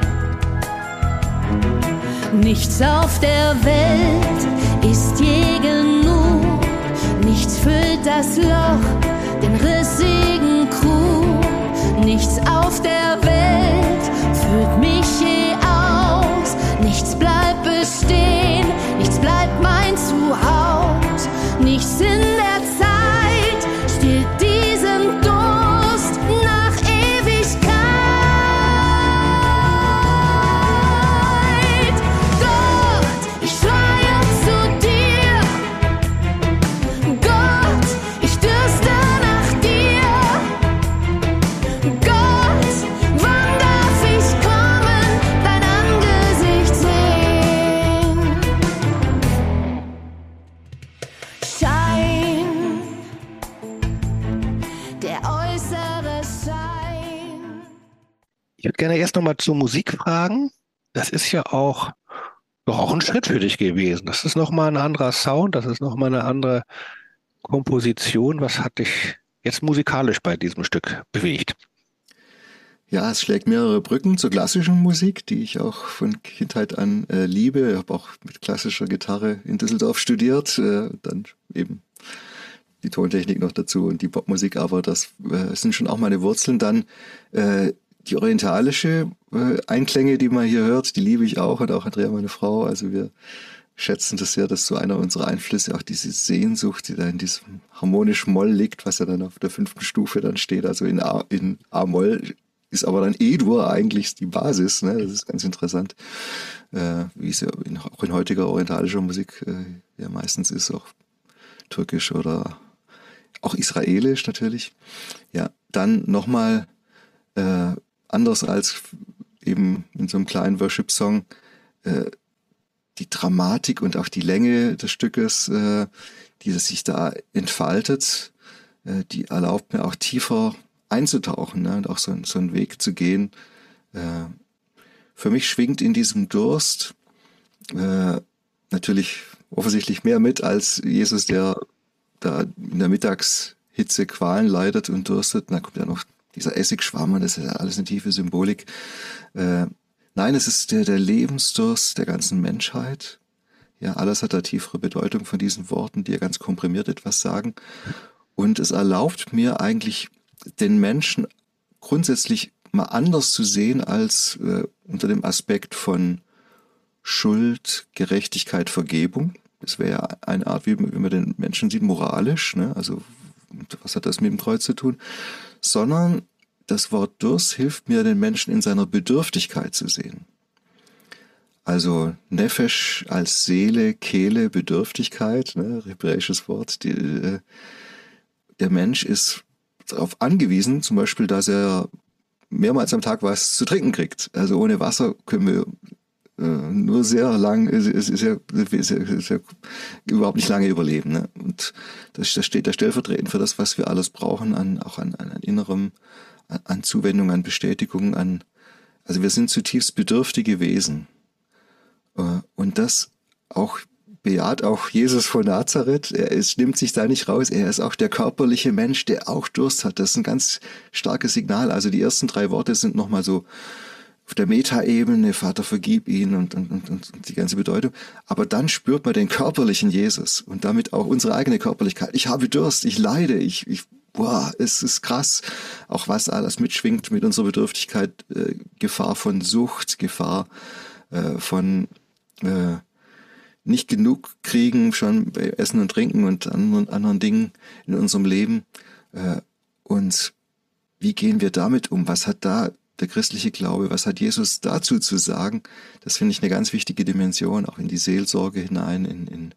Nichts auf der Welt ist je genug, nichts füllt das Loch, den rissigen Krug. Nichts auf der Welt füllt mich je aus, nichts bleibt bestehen, nichts bleibt mein Zuhause, nichts in der Zeit stillt diesen Durst nach Ewigkeit. Gott, ich schreie zu dir, Gott, ich dürste nach dir. Gott, wann darf ich kommen, dein Angesicht sehen? Schein, der äußere Schein. Ich würde gerne erst nochmal zur Musik fragen. Das ist ja auch, doch auch ein Schritt für dich gewesen. Das ist nochmal ein anderer Sound, das ist nochmal eine andere Komposition. Was hat dich jetzt musikalisch bei diesem Stück bewegt? Ja, es schlägt mehrere Brücken zur klassischen Musik, die ich auch von Kindheit an liebe. Ich habe auch mit klassischer Gitarre in Düsseldorf studiert, dann eben die Tontechnik noch dazu und die Popmusik, aber das sind schon auch meine Wurzeln. Dann die orientalische Einklänge, die man hier hört, die liebe ich auch und auch Andrea, meine Frau. Also wir schätzen das sehr, dass so einer unserer Einflüsse auch diese Sehnsucht, die da in diesem harmonischen Moll liegt, was ja dann auf der 5. Stufe dann steht, also in A-Moll ist aber dann E-Dur eigentlich die Basis, ne? Das ist ganz interessant, wie es ja auch in heutiger orientalischer Musik ja meistens ist, auch türkisch oder auch israelisch natürlich. Ja, dann nochmal anders als eben in so einem kleinen Worship-Song, die Dramatik und auch die Länge des Stückes, die sich da entfaltet, die erlaubt mir auch tiefer einzutauchen, ne, und auch so einen Weg zu gehen. Für mich schwingt in diesem Durst natürlich offensichtlich mehr mit als Jesus, der da in der Mittagshitze Qualen leidet und durstet. Und dann kommt ja noch dieser Essigschwamm, und das ist ja alles eine tiefe Symbolik. Nein, es ist der Lebensdurst der ganzen Menschheit. Ja, alles hat da tiefere Bedeutung von diesen Worten, die ja ganz komprimiert etwas sagen. Und es erlaubt mir eigentlich, den Menschen grundsätzlich mal anders zu sehen als unter dem Aspekt von Schuld, Gerechtigkeit, Vergebung. Das wäre ja eine Art, wie man den Menschen sieht, moralisch, ne? Also was hat das mit dem Kreuz zu tun? Sondern das Wort Durst hilft mir, den Menschen in seiner Bedürftigkeit zu sehen. Also Nefesh als Seele, Kehle, Bedürftigkeit, ne? Hebräisches Wort. Der Mensch ist darauf angewiesen, zum Beispiel, dass er mehrmals am Tag was zu trinken kriegt. Also ohne Wasser können wir nur sehr lang, ist ja überhaupt nicht lange überleben. Ne? Und das steht da stellvertretend für das, was wir alles brauchen, auch an innerem, an Zuwendung, an Bestätigung, also wir sind zutiefst bedürftige Wesen. Und das bejaht auch Jesus von Nazareth. Nimmt sich da nicht raus. Er ist auch der körperliche Mensch, der auch Durst hat. Das ist ein ganz starkes Signal. Also die ersten 3 Worte sind nochmal so auf der Metaebene, Vater, vergib ihn und die ganze Bedeutung. Aber dann spürt man den körperlichen Jesus und damit auch unsere eigene Körperlichkeit. Ich habe Durst, ich leide, boah, es ist krass. Auch was alles mitschwingt mit unserer Bedürftigkeit, Gefahr von Sucht, Gefahr von nicht genug kriegen, schon bei Essen und Trinken und anderen Dingen in unserem Leben. Und wie gehen wir damit um? Was hat da der christliche Glaube, was hat Jesus dazu zu sagen? Das finde ich eine ganz wichtige Dimension, auch in die Seelsorge hinein, in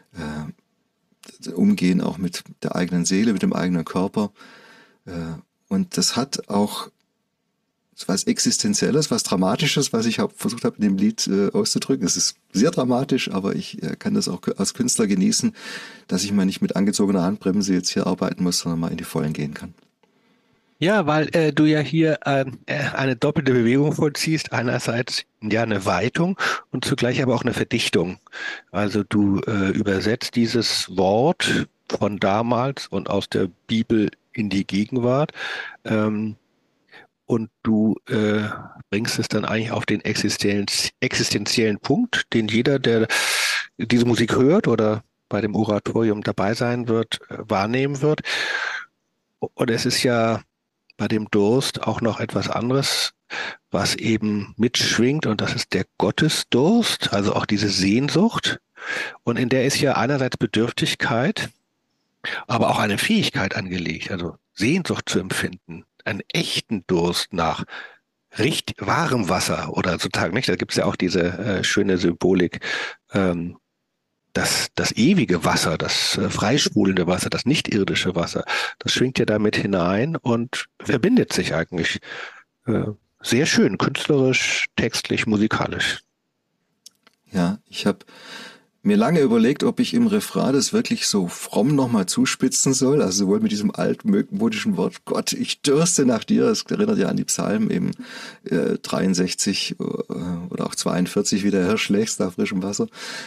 Umgehen auch mit der eigenen Seele, mit dem eigenen Körper. Und das hat auch was Existenzielles, was Dramatisches, was ich versucht habe, in dem Lied auszudrücken. Es ist sehr dramatisch, aber ich kann das auch als Künstler genießen, dass ich mal nicht mit angezogener Handbremse jetzt hier arbeiten muss, sondern mal in die Vollen gehen kann. Ja, weil du ja hier eine doppelte Bewegung vollziehst. Einerseits ja eine Weitung und zugleich aber auch eine Verdichtung. Also du übersetzt dieses Wort von damals und aus der Bibel in die Gegenwart. Ähm, und du bringst es dann eigentlich auf den existenziellen Punkt, den jeder, der diese Musik hört oder bei dem Oratorium dabei sein wird, wahrnehmen wird. Und es ist ja bei dem Durst auch noch etwas anderes, was eben mitschwingt, und das ist der Gottesdurst, also auch diese Sehnsucht. Und in der ist ja einerseits Bedürftigkeit, aber auch eine Fähigkeit angelegt, also Sehnsucht zu empfinden, einen echten Durst nach richtig wahrem Wasser oder sozusagen nicht. Da gibt es ja auch diese schöne Symbolik, ähm, das ewige Wasser, das freisprudelnde Wasser, das nicht-irdische Wasser, das schwingt ja damit hinein und verbindet sich eigentlich äh, sehr schön, künstlerisch, textlich, musikalisch. Ja, ich habe mir lange überlegt, ob ich im Refrain das wirklich so fromm nochmal zuspitzen soll, also sowohl mit diesem altmodischen Wort, Gott, ich dürste nach dir, das erinnert ja an die Psalmen eben 63 oder auch 42, wie der Hirsch lechzt nach frischem Wasser.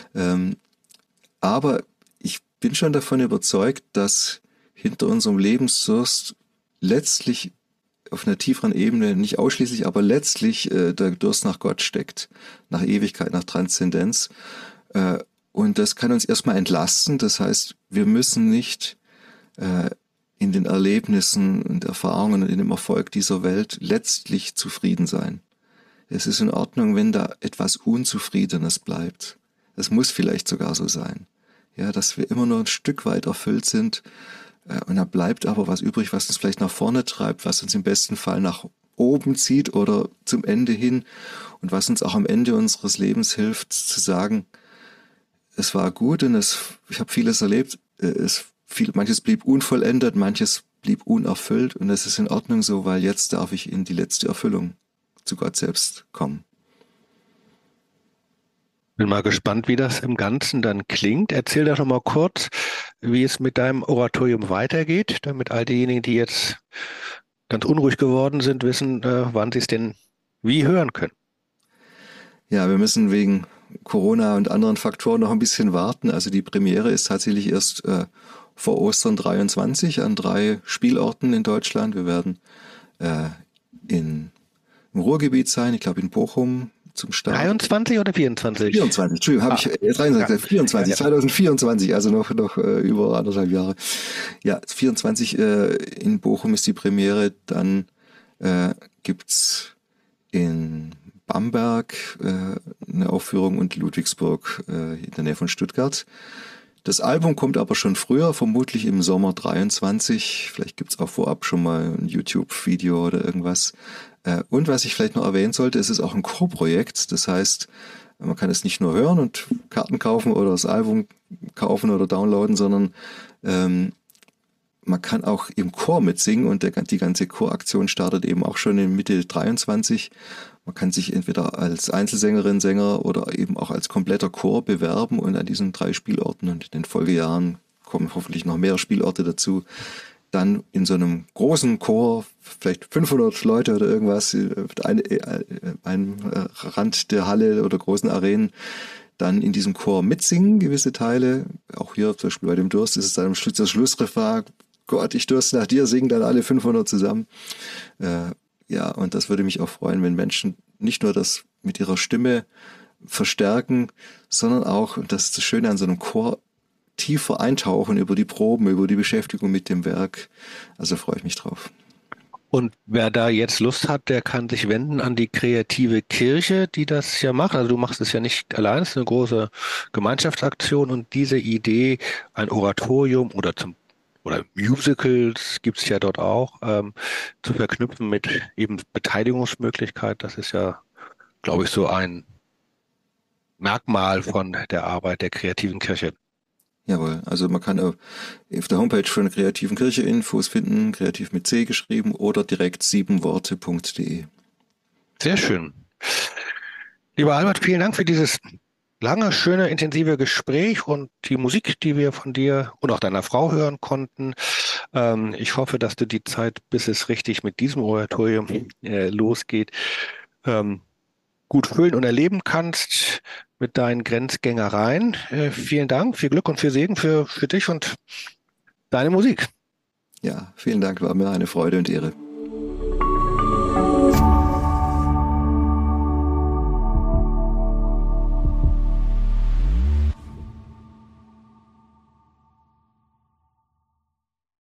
Aber ich bin schon davon überzeugt, dass hinter unserem Lebensdurst letztlich auf einer tieferen Ebene, nicht ausschließlich, aber letztlich der Durst nach Gott steckt, nach Ewigkeit, nach Transzendenz. Und das kann uns erstmal entlasten. Das heißt, wir müssen nicht in den Erlebnissen und Erfahrungen und in dem Erfolg dieser Welt letztlich zufrieden sein. Es ist in Ordnung, wenn da etwas Unzufriedenes bleibt. Es muss vielleicht sogar so sein. Ja, dass wir immer nur ein Stück weit erfüllt sind. Und da bleibt aber was übrig, was uns vielleicht nach vorne treibt, was uns im besten Fall nach oben zieht oder zum Ende hin und was uns auch am Ende unseres Lebens hilft, zu sagen, es war gut und ich habe vieles erlebt, manches blieb unvollendet, manches blieb unerfüllt und es ist in Ordnung so, weil jetzt darf ich in die letzte Erfüllung zu Gott selbst kommen. Bin mal gespannt, wie das im Ganzen dann klingt. Erzähl doch noch mal kurz, wie es mit deinem Oratorium weitergeht, damit all diejenigen, die jetzt ganz unruhig geworden sind, wissen, wann sie es denn wie hören können. Ja, wir müssen wegen Corona und anderen Faktoren noch ein bisschen warten. Also die Premiere ist tatsächlich erst vor Ostern 23 an 3 Spielorten in Deutschland. Wir werden im Ruhrgebiet sein, ich glaube in Bochum zum Start. 23 oder 24? 24, Entschuldigung, habe ich 23, 24, ja. 2024, also noch über 1,5 Jahre. Ja, 24 in Bochum ist die Premiere, dann gibt's in Bamberg eine Aufführung und Ludwigsburg in der Nähe von Stuttgart. Das Album kommt aber schon früher, vermutlich im Sommer 23. Vielleicht gibt's auch vorab schon mal ein YouTube-Video oder irgendwas. Und was ich vielleicht noch erwähnen sollte, es ist auch ein Chorprojekt. Das heißt, man kann es nicht nur hören und Karten kaufen oder das Album kaufen oder downloaden, sondern man kann auch im Chor mitsingen und die ganze Choraktion startet eben auch schon in Mitte 23. Man kann sich entweder als Einzelsängerin, Sänger oder eben auch als kompletter Chor bewerben und an diesen 3 Spielorten und in den Folgejahren kommen hoffentlich noch mehr Spielorte dazu. Dann in so einem großen Chor, vielleicht 500 Leute oder irgendwas, einem Rand der Halle oder großen Arenen, dann in diesem Chor mitsingen, gewisse Teile. Auch hier zum Beispiel bei dem Durst ist es dann am Schluss das Schlussrefrain, Gott, ich dürste nach dir, singen dann alle 500 zusammen. Ja, und das würde mich auch freuen, wenn Menschen nicht nur das mit ihrer Stimme verstärken, sondern auch, und das ist das Schöne an so einem Chor, tiefer eintauchen über die Proben, über die Beschäftigung mit dem Werk. Also freue ich mich drauf. Und wer da jetzt Lust hat, der kann sich wenden an die kreative Kirche, die das ja macht. Also du machst es ja nicht allein, es ist eine große Gemeinschaftsaktion und diese Idee, ein Oratorium oder Musicals gibt's ja dort auch, zu verknüpfen mit eben Beteiligungsmöglichkeit, das ist ja, glaube ich, so ein Merkmal von der Arbeit der kreativen Kirche. Jawohl, also man kann auf der Homepage von der kreativen Kirche Infos finden, kreativ mit C geschrieben oder direkt 7worte.de. Sehr schön. Lieber Albert, vielen Dank für dieses lange, schöne, intensive Gespräch und die Musik, die wir von dir und auch deiner Frau hören konnten. Ich hoffe, dass du die Zeit, bis es richtig mit diesem Oratorium losgeht, gut füllen und erleben kannst mit deinen Grenzgängereien. Vielen Dank, viel Glück und viel Segen für dich und deine Musik. Ja, vielen Dank, war mir eine Freude und Ehre.